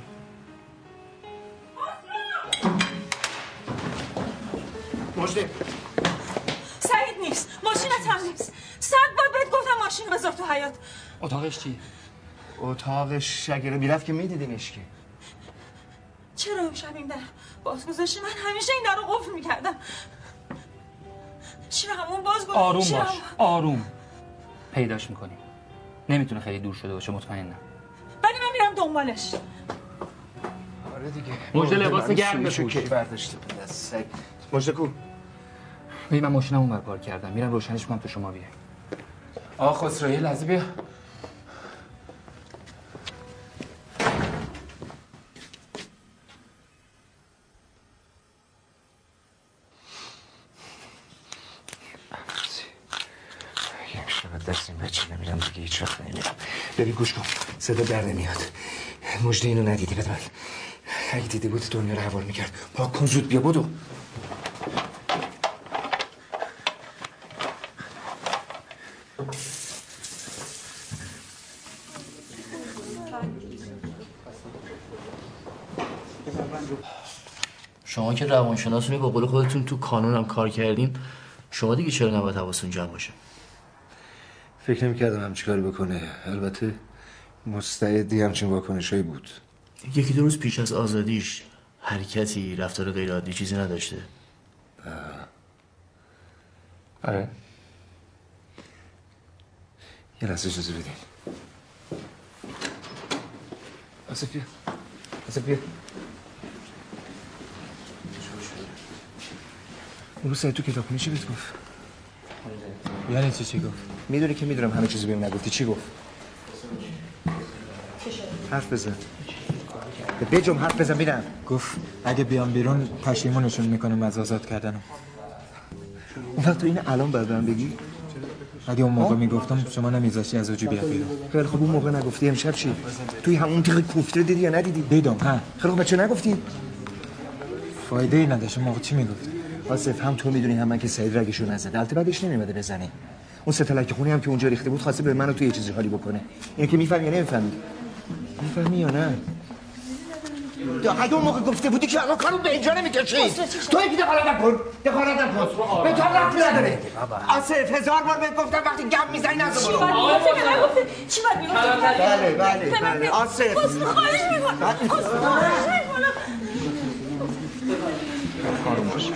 مجده سعید نیست، ماشینت هم نیست. 100 بار بهت گفتم ماشین بذار تو حیاط. اتاقش چیه؟ اتاقش اگه میرفت که میدیدینش که. چرا امشب این در باز گذاشتی؟ من همیشه این در رو قفل میکردم. چرا همون باز گذاشتی؟ آروم باش، آروم. پیداش میکنیم. نمیتونه خیلی دور شده باشه مطمئنم. ولی من میرم دنبالش. آره دیگه. مجده لباس گرم بپوش. برداشته مجده کو؟ من ماشینم اونور پارک کردم. میرم روشنش کنم تو شما بیاین. آقا خسروی لحظه بیا. دست این بچه نمیرم دیگه هیچ وقت نمیرم. ببین گوش کن صدا در نمیاد. مجده اینو ندیدی بده من. اگه دیده بود دنیا رو حوال میکرد. پاک کن زود بیا بدو. شما که روانشناسونی با قول خودتون تو کانون هم کار کردین، شما دیگه چرا نباید حواستون جمع باشه؟ فکر نمی‌کردم همچین کاری بکنه. البته مستعدی همچین واکنشایی بود. یکی دو روز پیش از آزادیش حرکتی، رفتار غیرعادی چیزی نداشته؟ آره. یه لحظه اجازه بدین. آصف بیا. آصف بیا. اون روز سعید تو کتابخونه چی بهت گفت؟ یعنی چی گفت؟ میدونی که میدونم همه چیزو بهم نگفتی. چی گفت؟ حرف بزن. بجم حرف بزن ببینم. گفت اگه بیام بیرون پشیمونشون میکنم از آزاد کردنم. اون وقت تو این الان باید من بگی؟ اگه اون موقع میگفتم شما نمیذاشتی از وجود بیاد بیرون. خیلی خب اون موقع نگفتی. امشب چی؟ توی همون تیغ کوفته دیدی یا ندیدی؟ دیدم. ها. خیلی خب بچه نگفتی؟ فایده ای نداشت. موقع چی میگفت؟ آصف هم تو میدونی هم من که سعید رگشو نزد. البته بعدش نمیومده بزنه. اون سه تلک خونی هم که اونجا ریخته بود خواسته به منو تو یه چیزی حالی بکنه. اینو که میفهمی یا نمیفهمی؟ میفهمی یا نه؟ اگه اون موقع گفته بودی که الان کارو به اینجا نمیکشی. تو یکی دخالت نکن. دخالت نکن. به تو ربطی نداره. آصف 1000 بار بهت گفتم وقتی گپ میزنی نذار برو. چی باید میگفتی؟ بله. آصف. خواهش میکنم. کارو باشه.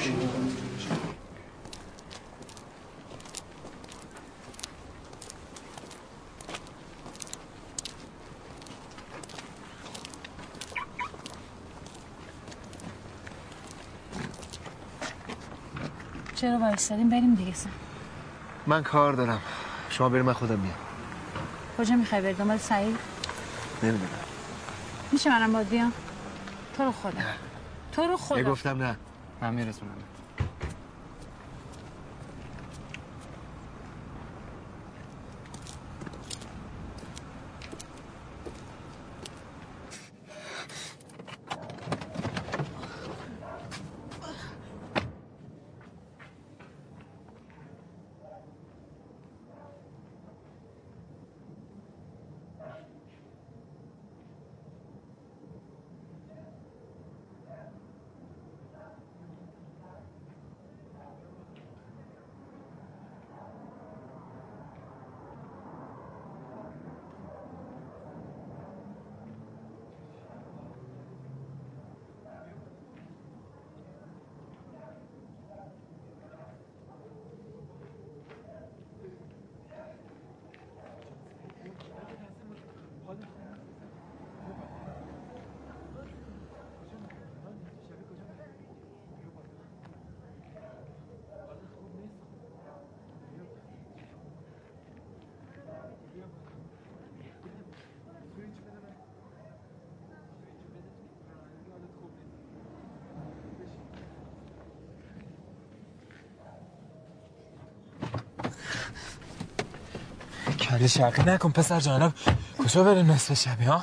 چرا وایسادیم؟ بریم دیگه سن. من کار دارم. شما بریم من خودم میام. کجا میخوای بری؟ دنبال سعید؟ نمیدونم. میشه منم باید بیام؟ تو رو خدا. تو رو خدا. گفتم نه. من میرسونم. کلی شرقی نکن پسر جانم. کجا بریم نصف شبی ها؟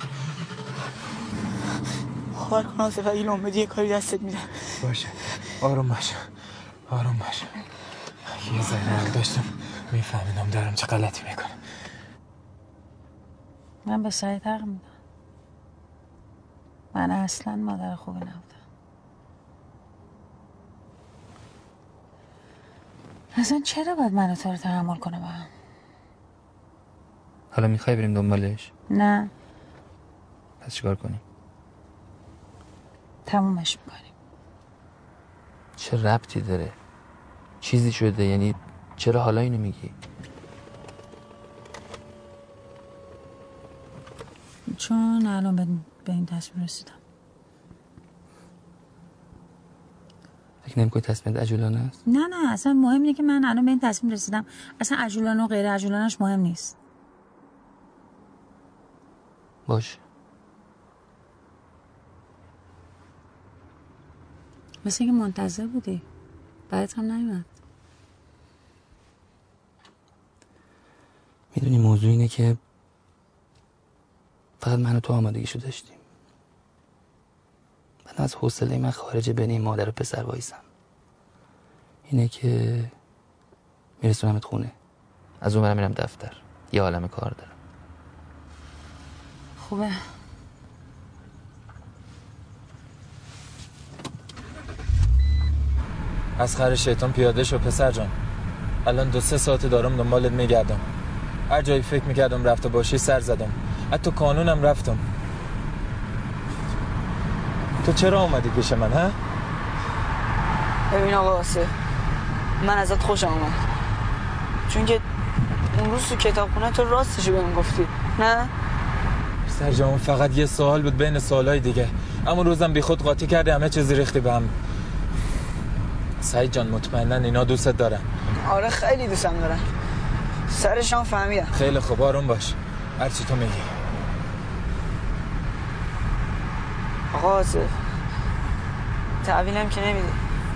خواهر کن آصف اگه لومدی یه کاری دستت میدم. باشه آروم باش. آروم باش. یه ذره عقل داشتم میفهمیدم دارم چه غلطی میکنم. من به سعید حق میدم. من اصلا مادر خوبی نبودم. اصلا چرا باید من و تو رو تحمل کنه با هم؟ حالا میخوای بریم دنبالش؟ نه. پس چیکار کنیم؟ تمومش میکنیم. چه ربطی داره؟ چیزی شده یعنی چرا حالا اینو میگی؟ چون الان به این تصمیم رسیدم. فکر نمی‌کنی تصمیم عجولانه است؟ نه اصلا مهم اینه که من الان به این تصمیم رسیدم اصلا عجولانه و غیر عجولانش مهم نیست. باشه. مثل اینکه منتظر بودی. بعدت هم نیومد. میدونی موضوع اینه که فقط من و تو آمادگیشو داشتیم. من از حوصله من خارج بین این مادر و پسر وایسم. اینه که میرسونمت خونه، از اون برم میرم دفتر، یه عالمه کار دارم. خوبه. از خر شیطان پیاده شو پسر جان. الان 2-3 ساعت دارم دنبالت میگردم. هر جایی فکر میکردم رفته باشی سر زدم، حتی کانونم رفتم. تو چرا اومدی پیش من ها؟ ببین آقا آصف، من ازت خوشم اومد، چون که اون روز تو کتابخونه تو راستشو بهم گفتی. نه پسر جان فقط یه سوال بود بین سوالای دیگه. اما روزم بی خود قاطی کردی، همه چیز ریختی به هم. سعید جان مطمئناً اینا دوستت دارن. آره خیلی دوستم دارن، سرشان فهمیدم. خیلی خوب آروم باش، هر چی تو میگی. آقا آصف تحویلم که نمیدی؟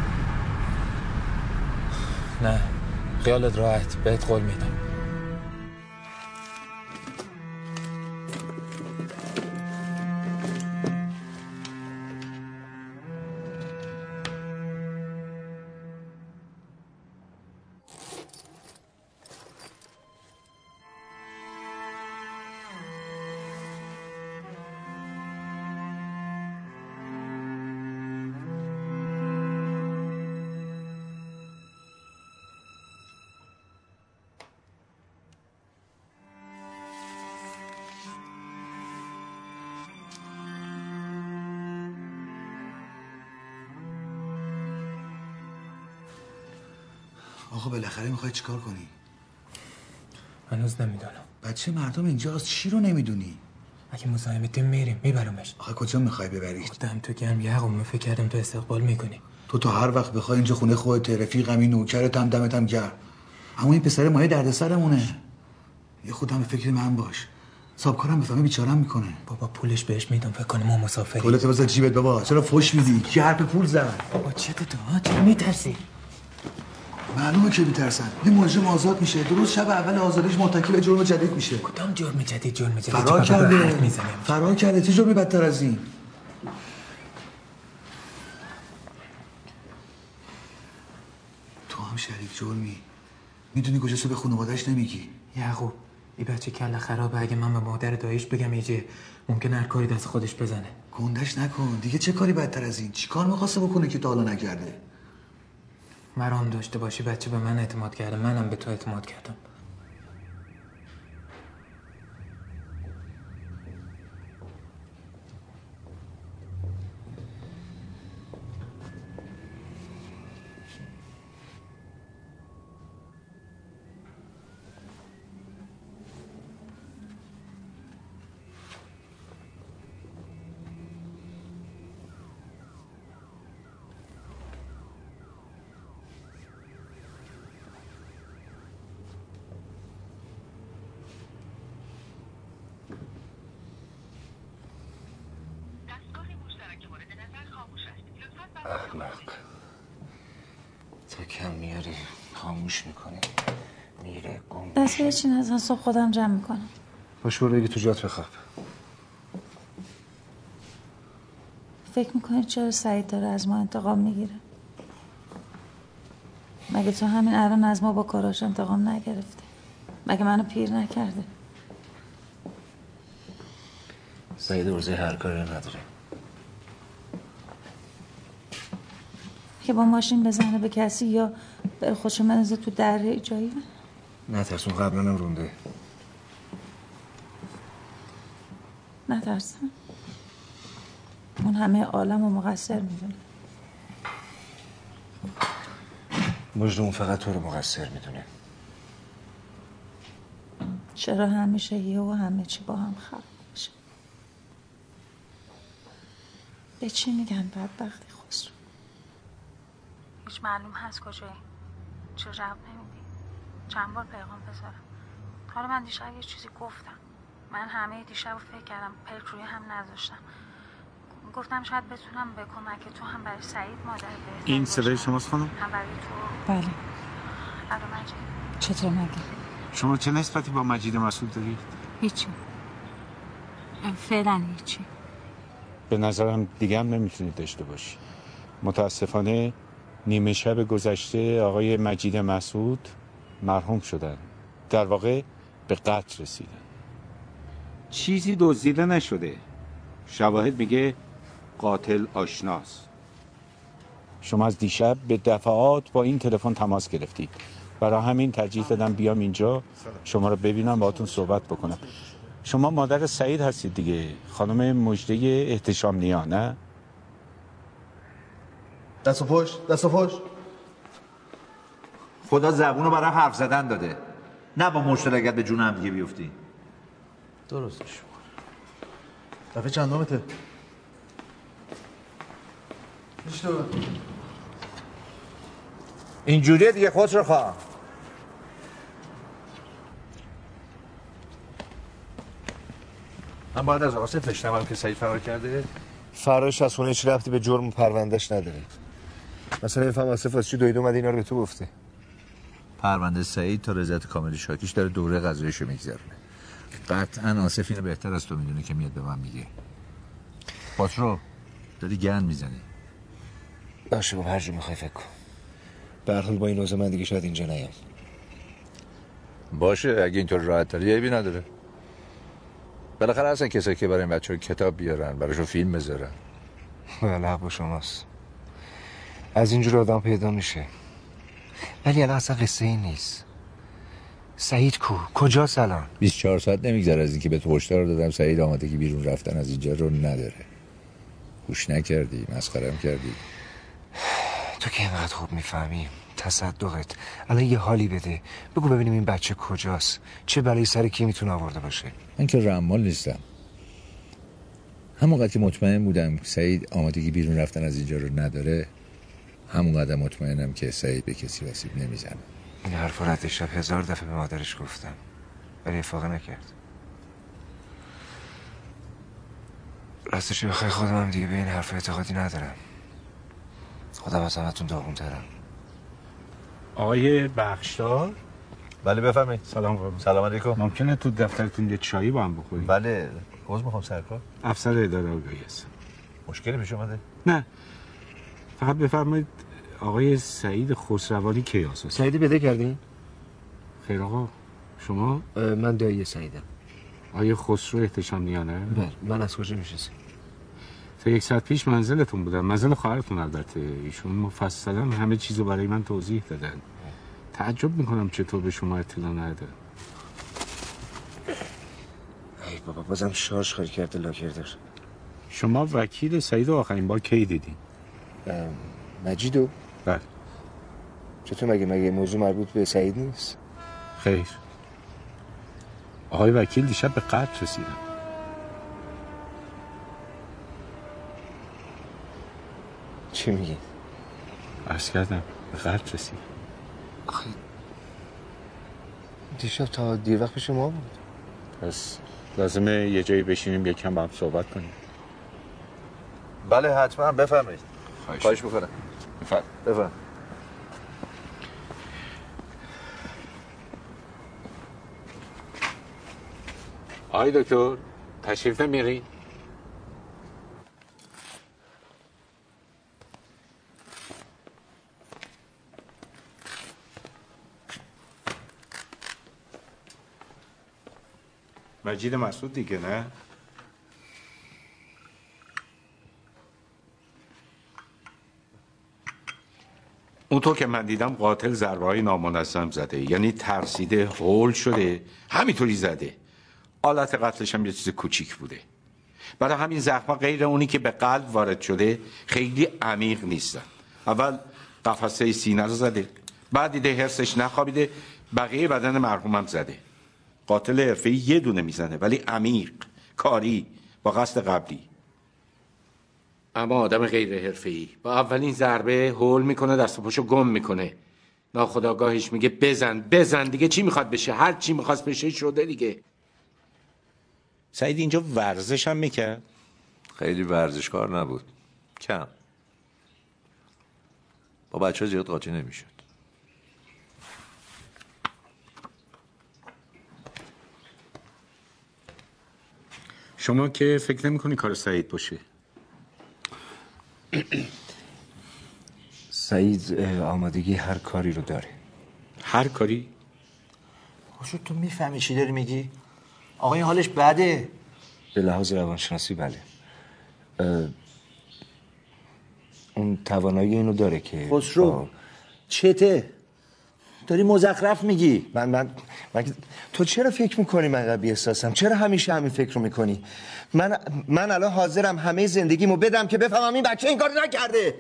نه خیالت راحت، بهت قول میدم. آقا بالاخره میخوای چیکار کنی؟ هنوز نمیدونم. بچه مردم اینجاست، چی رو نمیدونی؟ اگه مزاحمتیم میریم میبرمش. آخه کجا میخوای ببری؟ خودم تو گرم یعقوب، فکر کردم تو استقبال میکنی. تو هر وقت بخوای اینجا خونه خودت، رفیقم، این نوکرت هم دمت هم گرم. اما این پسر مایه دردسرمونه. یه خودم فکر من باش. صاحبکارم بفهمه بیچاره‌ام میکنه. بابا پولش بهش میدم، فکر کنه ما مسافریم. پولت بذار جیبت بابا. چرا فوش میدی؟ کی حرف پول زد؟ بابا چته تو ها؟ چرا میترسی؟ معلومه که میترسن. این مجرم آزاد میشه، درست شب اول آزادیش مرتکب به جرم جدید میشه. کدام جرم جدید؟ فرار کرده. چه جرمی بدتر از این؟ تو هم شریک جرمی. میدونی کجاست، به خانواده‌اش نمیگی. یعقوب این بچه کله خرابه. اگه من به مادر داییش بگم ایجه ممکنه هر کاری دست خودش بزنه. گندش نکن دیگه. چه کاری بدتر از این؟ چی کار می‌خواسته بکنه که تا حالا نکرده؟ مرام داشته باشی بچه به من اعتماد کرده، منم به تو اعتماد کردم. احمق. تا کم میاری خاموش میکنی میره گم. دست به چی نزن، صبح خودم جمع میکنم. باش برو بگی تو جات بخواب. فکر میکنی چرا سعید داره از ما انتقام میگیره؟ مگه تو همین الان از ما با کاراش انتقام نگرفته؟ مگه منو پیر نکرده؟ سعید ارزه هر کاری نداره. که با ماشین بزنه به کسی یا بره خودشو منزه تو دره جایی؟ نترسون، قبلا هم رونده. نترسم. اون همه عالم رو مقصر میدونه. مجرم فقط تو رو مقصر میدونه. چرا همیشه یه و همه چی با هم خراب میشه؟ به چی میگن بدبختی خسرو؟ هیچ معلوم هست کجایی؟ چرا جواب نمیدی؟ چند بار پیغام بذارم؟ حالا من دیشب یه چیزی گفتم. من همه دیشب رو فکر کردم، پلک روی هم نذاشتم. گفتم شاید بتونم به کمک تو هم برای سعید مادر بهتری این صدای شماست خانم؟ هم برای تو. بله. الو مجید. چطور مگه؟ شما چه نسبتی با مجید مسعود دارید؟ هیچی. فعلا هیچی. به نظرم دیگه هم نمیتونید داشته باشی. متاسفانه نیمه شب گذشته آقای مجید مسعود مرحوم شدن. در واقع به قتل رسیدن. چیزی دزدیده نشده. شواهد میگه قاتل آشناست. شما از دیشب به دفعات با این تلفن تماس گرفتید. برای همین ترجیح دادم بیام اینجا شما رو ببینم باهاتون صحبت بکنم. شما مادر سعید هستید دیگه، خانم مجده احتشام نیا، نه؟ دست و پشت. خدا زبونو برای حرف زدن داده، نه با مشتلکت به جون هم دیگه بیفتی. درستش دفعه چندمته؟ اینجوریه دیگه، خودت رو خواه. من باید از آقا بشنوم که سعید فرار کرده. فرارش از خونه هیچ ربطی به جرم و پروندهش نداره. مثلا این فهم آصف واسه چی دوید اومده اینا رو به تو گفته؟ پرونده سعید تا رضایت کامل شاکیش داره دوره قضاییشو میگذرونه. قطعا آصف اینو بهتر از تو میدونه که میاد به من میگه. پاترو داری گند میزنی. باشه بابا، هر جور میخوای فکر کن. به هر حال با این اوضاع من دیگه شاید اینجا نیام. باشه اگه اینطور راحت تری عیبی نداره. بالاخره هستن کسایی که برای این بچه‌ها کتاب بیارن، براشون فیلم بذارن. بله حق با شماست. از اینجور آدم پیدا میشه. ولی الان اصلا قصه این نیست. سعید کجاست الان؟ 24 ساعت نمیگذره از اینکه به تو هشدار دادم سعید آمادگی بیرون رفتن از اینجا رو نداره. گوش نکردی، مسخره‌ام کردی. تو که اینقدر خوب میفهمی. تصدقت الان یه حالی بده، بگو ببینیم این بچه کجاست، چه بلایی سر کی میتونه آورده باشه. من که رمال نیستم. همونقدر که مطمئن بودم سعید آمادگی بیرون رفتن از اینجا رو نداره، همونقدر مطمئنم که سعید به کسی آسیب نمیزنه. این حرف رو شب 1000 دفعه به مادرش گفتم ولی افاقه نکرد. راستش بخوای خودم هم دیگه به این حرف اعتقادی ندارم. خودم از همتون داغون‌ترم. آقای بخشدار؟ بله بفرمایید. سلام علیکم. ممکنه تو دفترتون یه چایی با هم بخوریم؟ بله. عذر میخوام سرکار. افسر اداره آگاهی هستم. مشکلی پیش اومده؟ نه. فقط بفرمایید آقای سعید خسروانی کی آساس؟ سعید بده کردین؟ خیر آقا. شما؟ من دایی سعیدم. آقای خسرو احتشام نیا نه؟ بله. من از کجا میشناسی؟ تا 1 ساعت پیش منزلتون بودم. منزل خواهرتون البته. ایشون مفصلا همه چیزو برای من توضیح دادن. تعجب میکنم چطور به شما اطلاع ندادن. ای بابا بازم شارژ خالی کرده لاکر دار. شما وکیل سعید آخرین بار کی دیدین؟ مجیدو؟ بله. چطور مگه موضوع مربوط به سعید نیست؟ خیر. آقای وکیل دیشب به قتل رسیدن. چی میگی؟ عرض کردم به قتل رسیدن. آخه دیشب تا دیر وقت پیش ما بود. پس لازمه یه جایی بشینیم یکم با هم صحبت کنیم. بله حتما بفرمایید. خواهش میکنم. بفرمایید. آقای دکتر تشریف نمیری؟ مجید مسعود دیگه نه؟ اونطور که من دیدم قاتل ضربه‌های نامنظم زده، یعنی ترسیده، هول شده، همینطوری زده. آلت قتلش هم یه چیز کوچیک بوده. برای همین زخم‌ها غیر اونی که به قلب وارد شده خیلی عمیق نیستن. اول قفسه سینه رو زده، بعد دیده حرصش نخوابیده، بقیه بدن مرحوم هم زده. قاتل حرفه‌ای یه دونه میزنه ولی عمیق، کاری، با قصد قبلی. اما آدم غیر حرفه‌ای با اولین ضربه هول میکنه، دست و پاشو گم میکنه. ناخودآگاهش میگه بزن دیگه، چی میخواد بشه؟ هر چی میخواست بشه شده دیگه. سعید اینجا ورزش هم میکرد؟ خیلی ورزشکار نبود، کم. با بچه ها زیاد قاطی نمیشد. شما که فکر نمی‌کنی کار سعید باشه؟ سعید آمادگی هر کاری رو داره. هر کاری؟ خوشو تو میفهمی چی داری میگی؟ آقا این حالش بده. به لحاظ روانشناسی بله. اون توانایی اینو داره که خسرو چته؟ داری مزخرف میگی. من تو چرا فکر میکنی من قبی احساسم؟ چرا همیشه همین فکر رو میکنی؟ من الان حاضرم همه زندگیمو بدم که بفهمم این بچه این کار نکرده.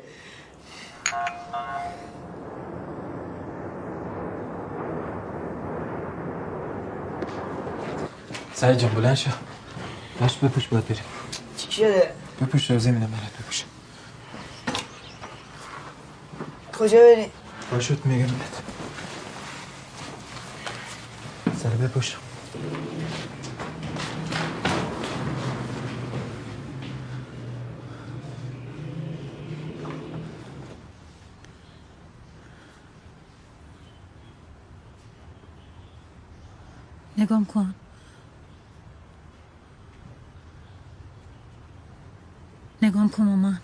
سعید جان بلند شو. باش بپوش باید بریم. چی شده؟ بپوش رو زمینم برات بپوش. کجا بریم؟ باشوت میگم بهت. سر بپوش. نگام کن. نگام کن مامان.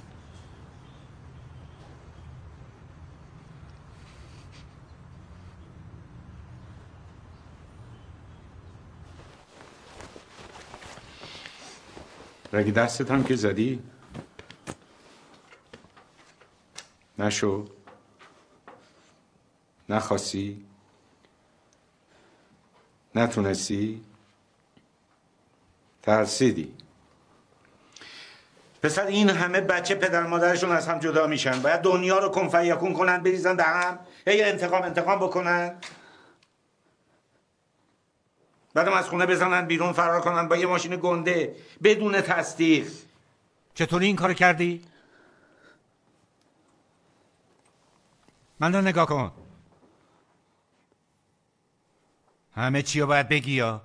رگی دستت هم که زدی نشو، نخواستی، نتونستی، ترسیدی. پسر این همه بچه پدر مادرشون از هم جدا میشن، باید دنیا رو کن فیکون کنن، بریزن به هم، هی انتقام بکنن، بعدم از خونه بزنن بیرون، فرار کنن با یه ماشین گنده بدون تصدیق. چطوری این کار کردی؟ من رو نگاه کن. همه چی رو باید بگی یا؟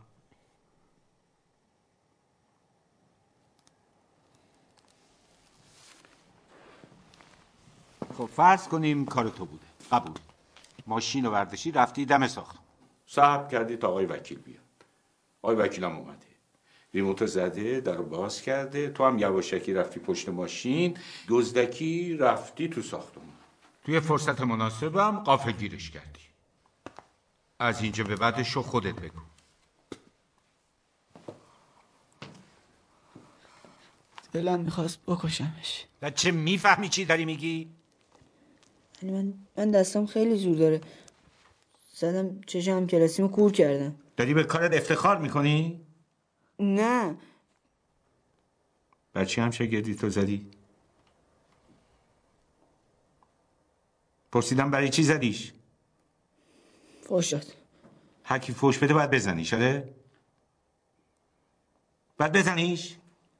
خب فرض کنیم کار تو بوده، قبول. ماشین رو برداشتی رفتی دم ساختمون، صبر کردی تا آقای وکیل بیاد. آقای وکیلم اومده، ریموتو زده، در رو باز کرده، تو هم یواشکی رفتی پشت ماشین، دزدکی رفتی تو ساختمون. توی فرصت مناسبم قافل گیرش کردی. از اینجا به بعدش رو خودت بگو. دلم میخواست بکشمش. چه میفهمی چی داری میگی؟ یعنی من دستم خیلی زور داره. زدم چشم کلاسیمو کور کردم. داری به کارت افتخار میکنی؟ نه. بچه هم شگردی تو زدی؟ پرسیدم برای چی زدیش؟ فوش داد. هر کی فوش بده باید بزنیش، آره؟ باید بزنیش؟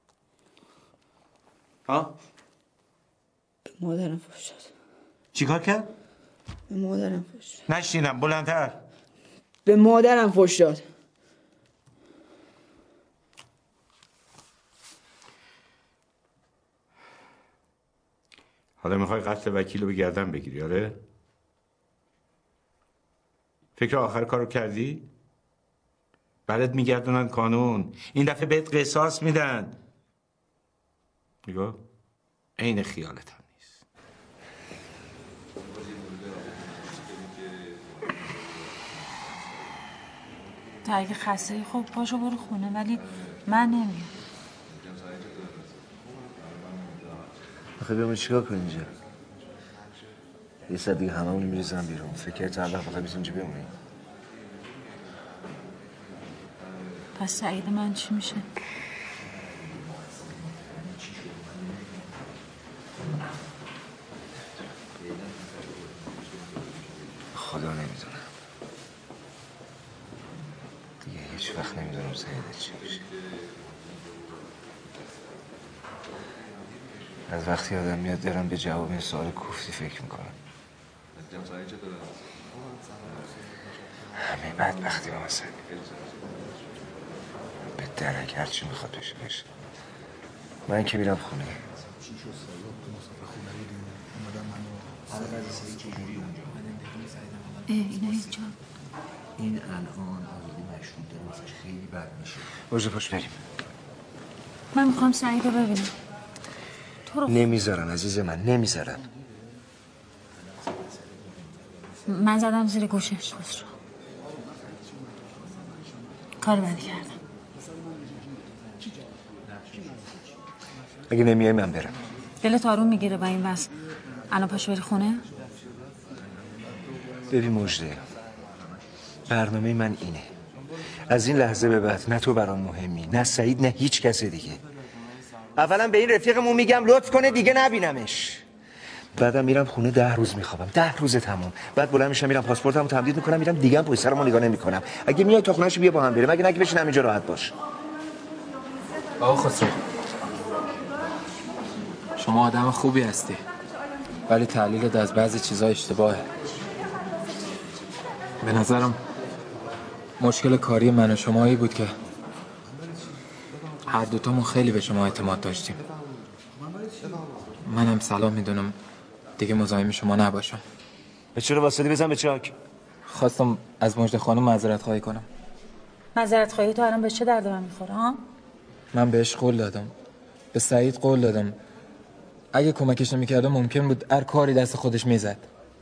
ها؟ به مادرم فوش داد. چی کار کرد؟ به مادرم فوش داد. نشنیدم، بلندتر. به مادرم فوش داد. حالا میخوای قتل وکیل رو به گردن بگیری، آره؟ فکر آخر کارو کردی؟ برات میگردونن کانون، این دفعه بهت قصاص میدن. نگاه عین خیالت هم نیست. تا اگه خسته خب پاشو برو خونه، ولی من نمیام. آخه بیامون چیکار کنیم اینجا؟ یه ساعت دیگه هممون میریزن بیرون. فکر تا هر وقت بخوای اینجا بمونی. پس سعید من چی میشه؟ خدا نمیدونم دیگه، هیچ وقت نمیدونم سعید چی میشه. از وقتی آدم میاد دارم به جواب این سوال کوفتی فکر میکنم. همه بدبختی با مثلا به درک هرچی میخواد بشه. من که میرم خونه. اینا اینجا این الان آزادی مشروط داره واسش خیلی بد میشه. برو پاش بریم. من میخوام سعید رو ببینم. تو رو نمیذارن عزیز من، نمیذارن. من زدم زیر گوشش خسرو. کار بدی کردم. اگه نمیای من برم. دلت آروم میگیره با این وضع. الان پاشو بری خونه؟ ببین مژده، برنامه من اینه. از این لحظه به بعد نه تو برام مهمی، نه سعید، نه هیچ کس دیگه. اولا به این رفیقمون میگم لطف کنه دیگه نبینمش. بعدم میرم خونه 10 روز میخوابم، 10 روز تمام. بعد بلند میشم میرم پاسپورتمو تمدید میکنم، میرم دیگه هم پشت سرمو نگاه نمیکنم. اگه میای تا خونه‌ش بیا با هم بریم، اگه نه بشین همینجا راحت باش. آقا خسرو، شما آدم خوبی هستی ولی تحلیلت از بعضی چیزا اشتباهه. به نظرم مشکل کاری من و شمایی بود که هر دوتامون خیلی به شما اعتماد داشتیم. منم صلاح میدونم دیگه مزاحم شما نباشم. به چرا واسطی بزن به چاک؟ خواستم از مژده خانم معذرت خواهی کنم. معذرت خواهی تو الان به چه درد من میخوره ها؟ من بهش قول دادم، به سعید قول دادم اگه کمکش نمیکردم ممکن بود هر کاری دست خودش میزد.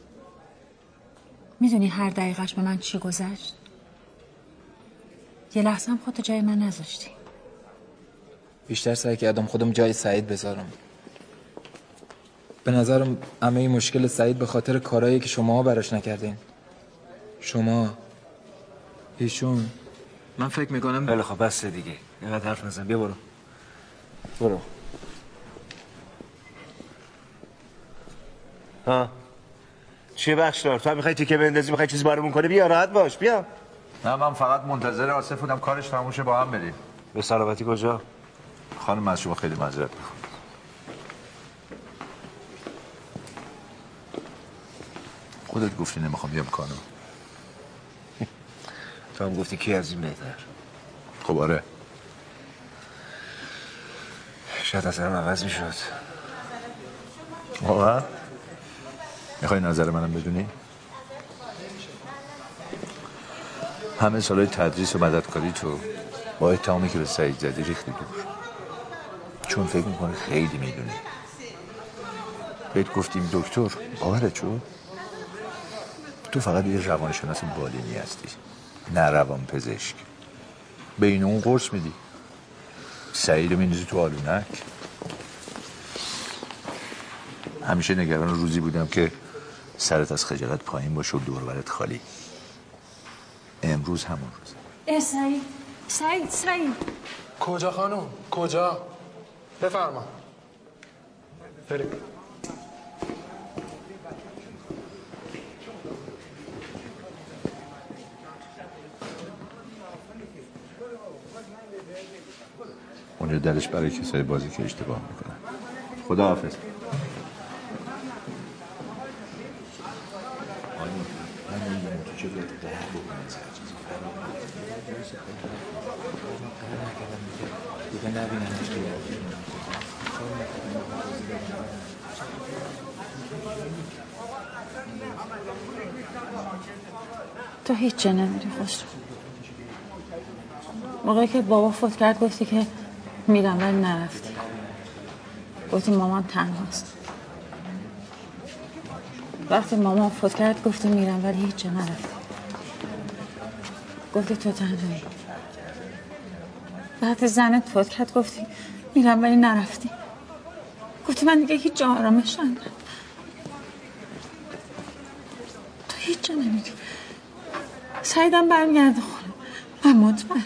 میدونی هر دقیقش به من چی گذشت؟ یه لحظه هم خودتو جای من نذاشتی. بیشتر سعی کردم خودم جای سعید بذارم. به نظرم همه این مشکل سعید به خاطر کارهایی که شما براش نکردین. شما، ایشون. من فکر میکنم خیلی خب بس دیگه، اینقدر حرف نزن. بیا برو. ها چیه بخشدار؟ تو هم میخوای تیکه بندازی، میخوای چیزی بارمون کنه؟ بیا راحت باش، بیا. نه من فقط منتظر آصف بودم کارش تموم شه با هم بریم. به سلامتی. کجا؟ خانم از شما خیلی معذرت میخوام. خودت گفتی نمیخوام بیام کانو. تو هم گفتی کی از این بهتر. خب آره. شاید نظرم عوض میشد. واقعا؟ میخوای نظر منم بدونی؟ همه سالهای تدریس و مددکاری تو با اتهامی که به سعید زدی ریختی دور. چون فکر میکنه خیلی میدونی. بهت گفتیم دکتر، باورت شد؟ تو فقط یه روانشناس بالینی هستی، نه روان پزشک. بین اون قرص میدی، سعید رو میندازی تو آلونک. همیشه نگران روزی بودم که سرت از خجالت پایین باشه و دور و برت خالی. امروز همون روزه. سعید کجا خانم؟ کجا؟ بفرما. بریم. اونجا درش برای کسای بازی که اشتباه میکنن. خدا حافظ. تو هیچ جا نمیری خسرو. موقعی که بابا فوت کرد گفتی که میرم ولی نرفتی. گفتی مامان تنهاست. وقتی مامان فوت کرد گفتی میرم ولی هیچ جا نرفتی. گفتی تو تنهایی. بعد زنت فوت کرد گفتی میرم ولی نرفتی. گفتی من دیگه هیچ جا آرامش ندارم. تو هیچ جا نمیری. سعیدم برمیگرده خونه. من مطمئنم.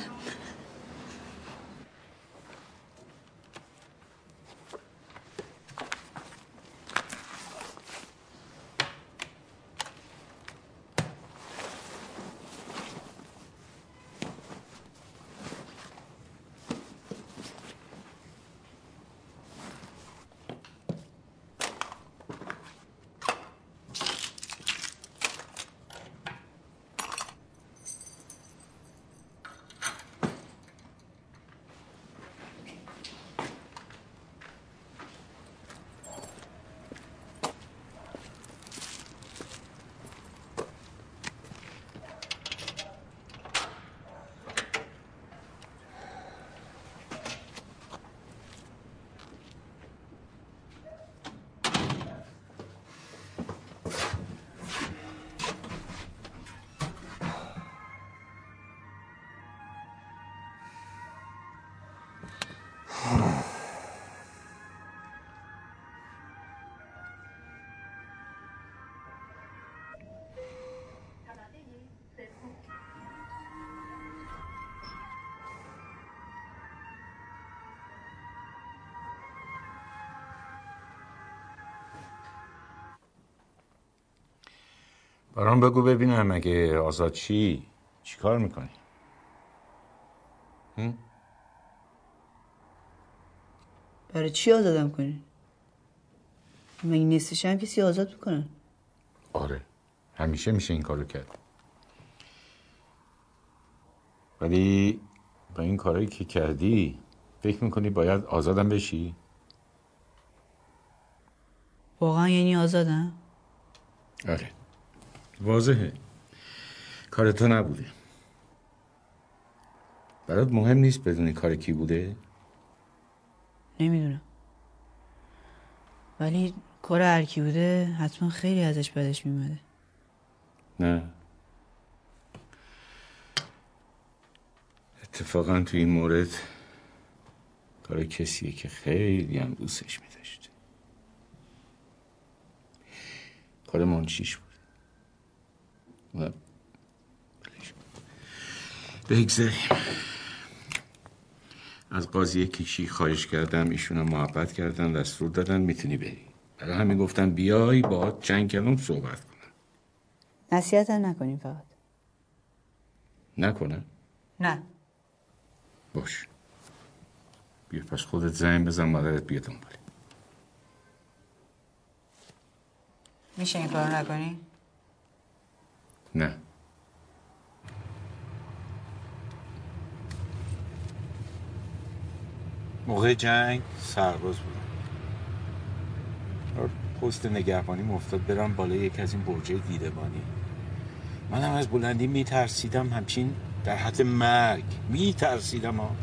برام بگو ببینم اگه آزاد چی کار میکنی؟ برای چی آزادم کنی؟ مگه نیستش هم کسی آزاد میکنن؟ آره همیشه میشه این کارو کرد، ولی با این کارهایی که کردی فکر میکنی باید آزادم بشی؟ واقعا یعنی آزادم؟ آره واضحه کار تو نبوده. برات مهم نیست بدونی کار کی بوده؟ نمیدونم، ولی کار هر کی بوده حتما خیلی ازش بدش میومده. نه اتفاقا تو این مورد کار کسیه که خیلی هم دوستش میداشت. کار منشیش بود. بگذاریم. از قاضی کیشی خواهش کردم، ایشون محبت کردن، دستور دادن میتونی بری. برای همین گفتم بیای با چند کلام صحبت کنم. نصیحت هم نکنیم فقط. نکنم؟ نه. باش بیا پس خودت زنگ بزن مادرت بیا دنباله. میشه این کارو نکنی؟ نه. موقع جنگ سرباز بودم. پست نگهبانی افتاد برم بالای یکی از این برجای دیدبانی. منم از بلندی میترسیدم، همچین در حد مرگ میترسیدم ها.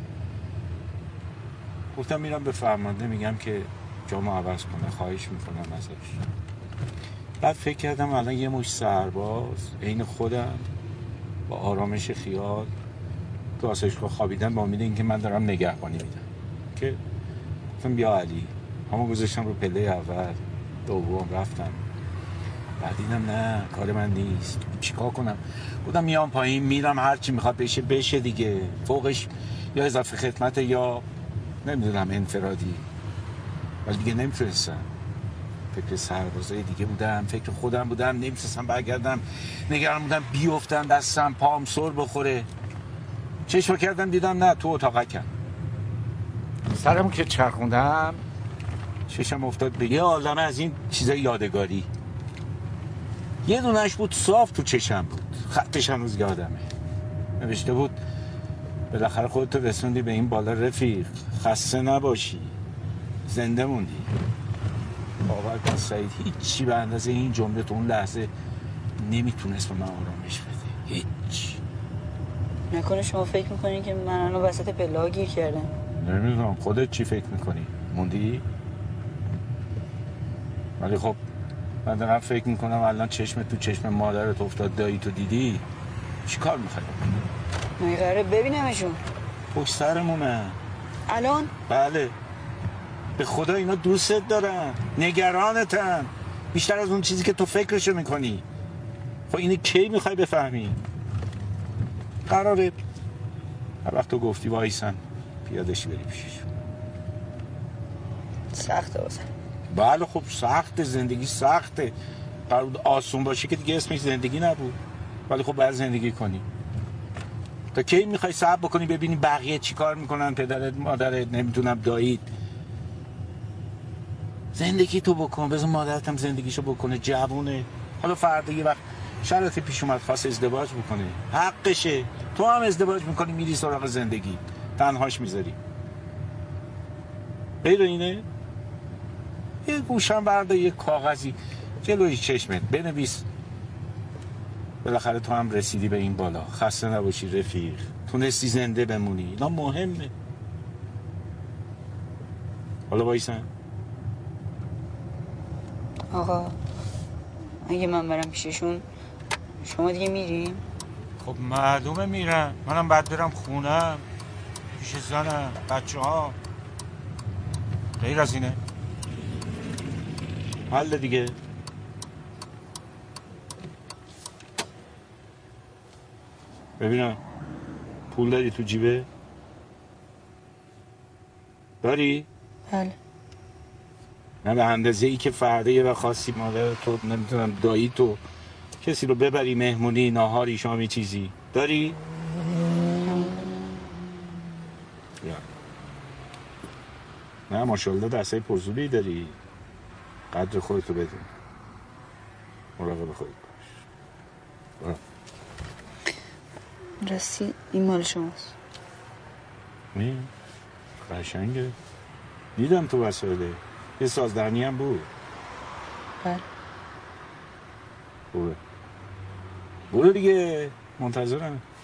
گفتم میرم به فرمانده میگم که جامو عوض کنه، خواهش میکنم ازش. بعد فکر کردم الان یه مش سرباز عین خودم با آرامش خیال تو آسایشگاه خوابیدن با امید اینکه من دارم نگهبانی میدم که گفتم بیا علی. همو گذاشتم رو پله اول، دوم رفتم. بعد دیدم نه کار من نیست، چیکار کنم؟ گفتم میام پایین میرم هر چی میخواد بشه دیگه، فوقش یا اضافه خدمت یا نمیدونم انفرادی. ولی دیگه نمیتونستم. فکر سربازای دیگه بودم، فکر خودم بودم، نمیتونستم برگردم. نگران بودم بیفتم دستم پام سر بخوره. چشم کردم دیدم نه تو اتاقکم. سرمو که چرخوندم چشم افتاد به یه عالمه از این چیزای یادگاری. یه دونش بود صاف تو چشم بود، خطش هنوز یادمه. نوشته بود بالاخره خودتو رسوندی به این بالا رفیق، خسته نباشی، زنده موندی. باور کن سعید هیچی به اندازه این جمله تو اون لحظه نمیتونست به من آرامش بده. هیچ. نکنه شما فکر میکنین که من الان وسط پله‌ها گیر کردم؟ نمیدونم خودت چی فکر میکنی؟ موندی؟ ولی خب من دارم فکر میکنم الان چشم تو چشم مادرت افتاد، دایی تو دیدی چی کار میخوای بکنی؟ من قراره ببینمشون. پشت سرمونه الان؟ بله. به خدا اینا دوستت دارن، نگرانتن بیشتر از اون چیزی که تو فکرشو میکنی. خب اینو کی میخوای بفهمی؟ قراره هر وقت تو گفتی وایسن پیاده‌شی بری پیشش. سخته واسه. بله خب سخته، زندگی سخته. قرار بود آسون باشه که دیگه اسمش زندگی نبود، ولی خب باید زندگی کنی. تا کی میخوای صبر بکنی ببینی بقیه چی کار میکنن، پدرت مادرت نمیدونم دایید؟ زندگی تو بکن، بذار مادرت هم زندگیشو بکنه، جوونه. حالا فردا یه وقت شرایطی پیش اومد خواست ازدواج بکنه، حقشه. تو هم ازدواج میکنی میری سراغ زندگی، تنهاش میذاری. غیر اینه یه گوشم برده یه کاغذی جلوی چشمت بنویس بالاخره تو هم رسیدی به این بالا، خسته نباشی رفیق، تونستی زنده بمونی. اینا مهمه. حالا وایسن. آقا اگه من برم پیششون شما دیگه میریم؟ خب معلومه میرم. منم بعد برم خونم پیش زنم بچه ها. غیر از اینه حل دیگه. ببینم پول داری تو جیبه؟ داری؟ بله. نه به اندازه ای که فردا یه وقت خواستی مادر تو نمیتونم دایی تو کسی رو ببری مهمونی ناهاری شامی چیزی داری؟ یا نه ماشاءالله دستای پرزوری داری. قدر خودتو بدون. مراقب خودت باش. راستی این مال شماست. نه قشنگه. دیدم تو وسایله یه سازدرنی هم بود. بله. خوبه برو دیگه منتظرم.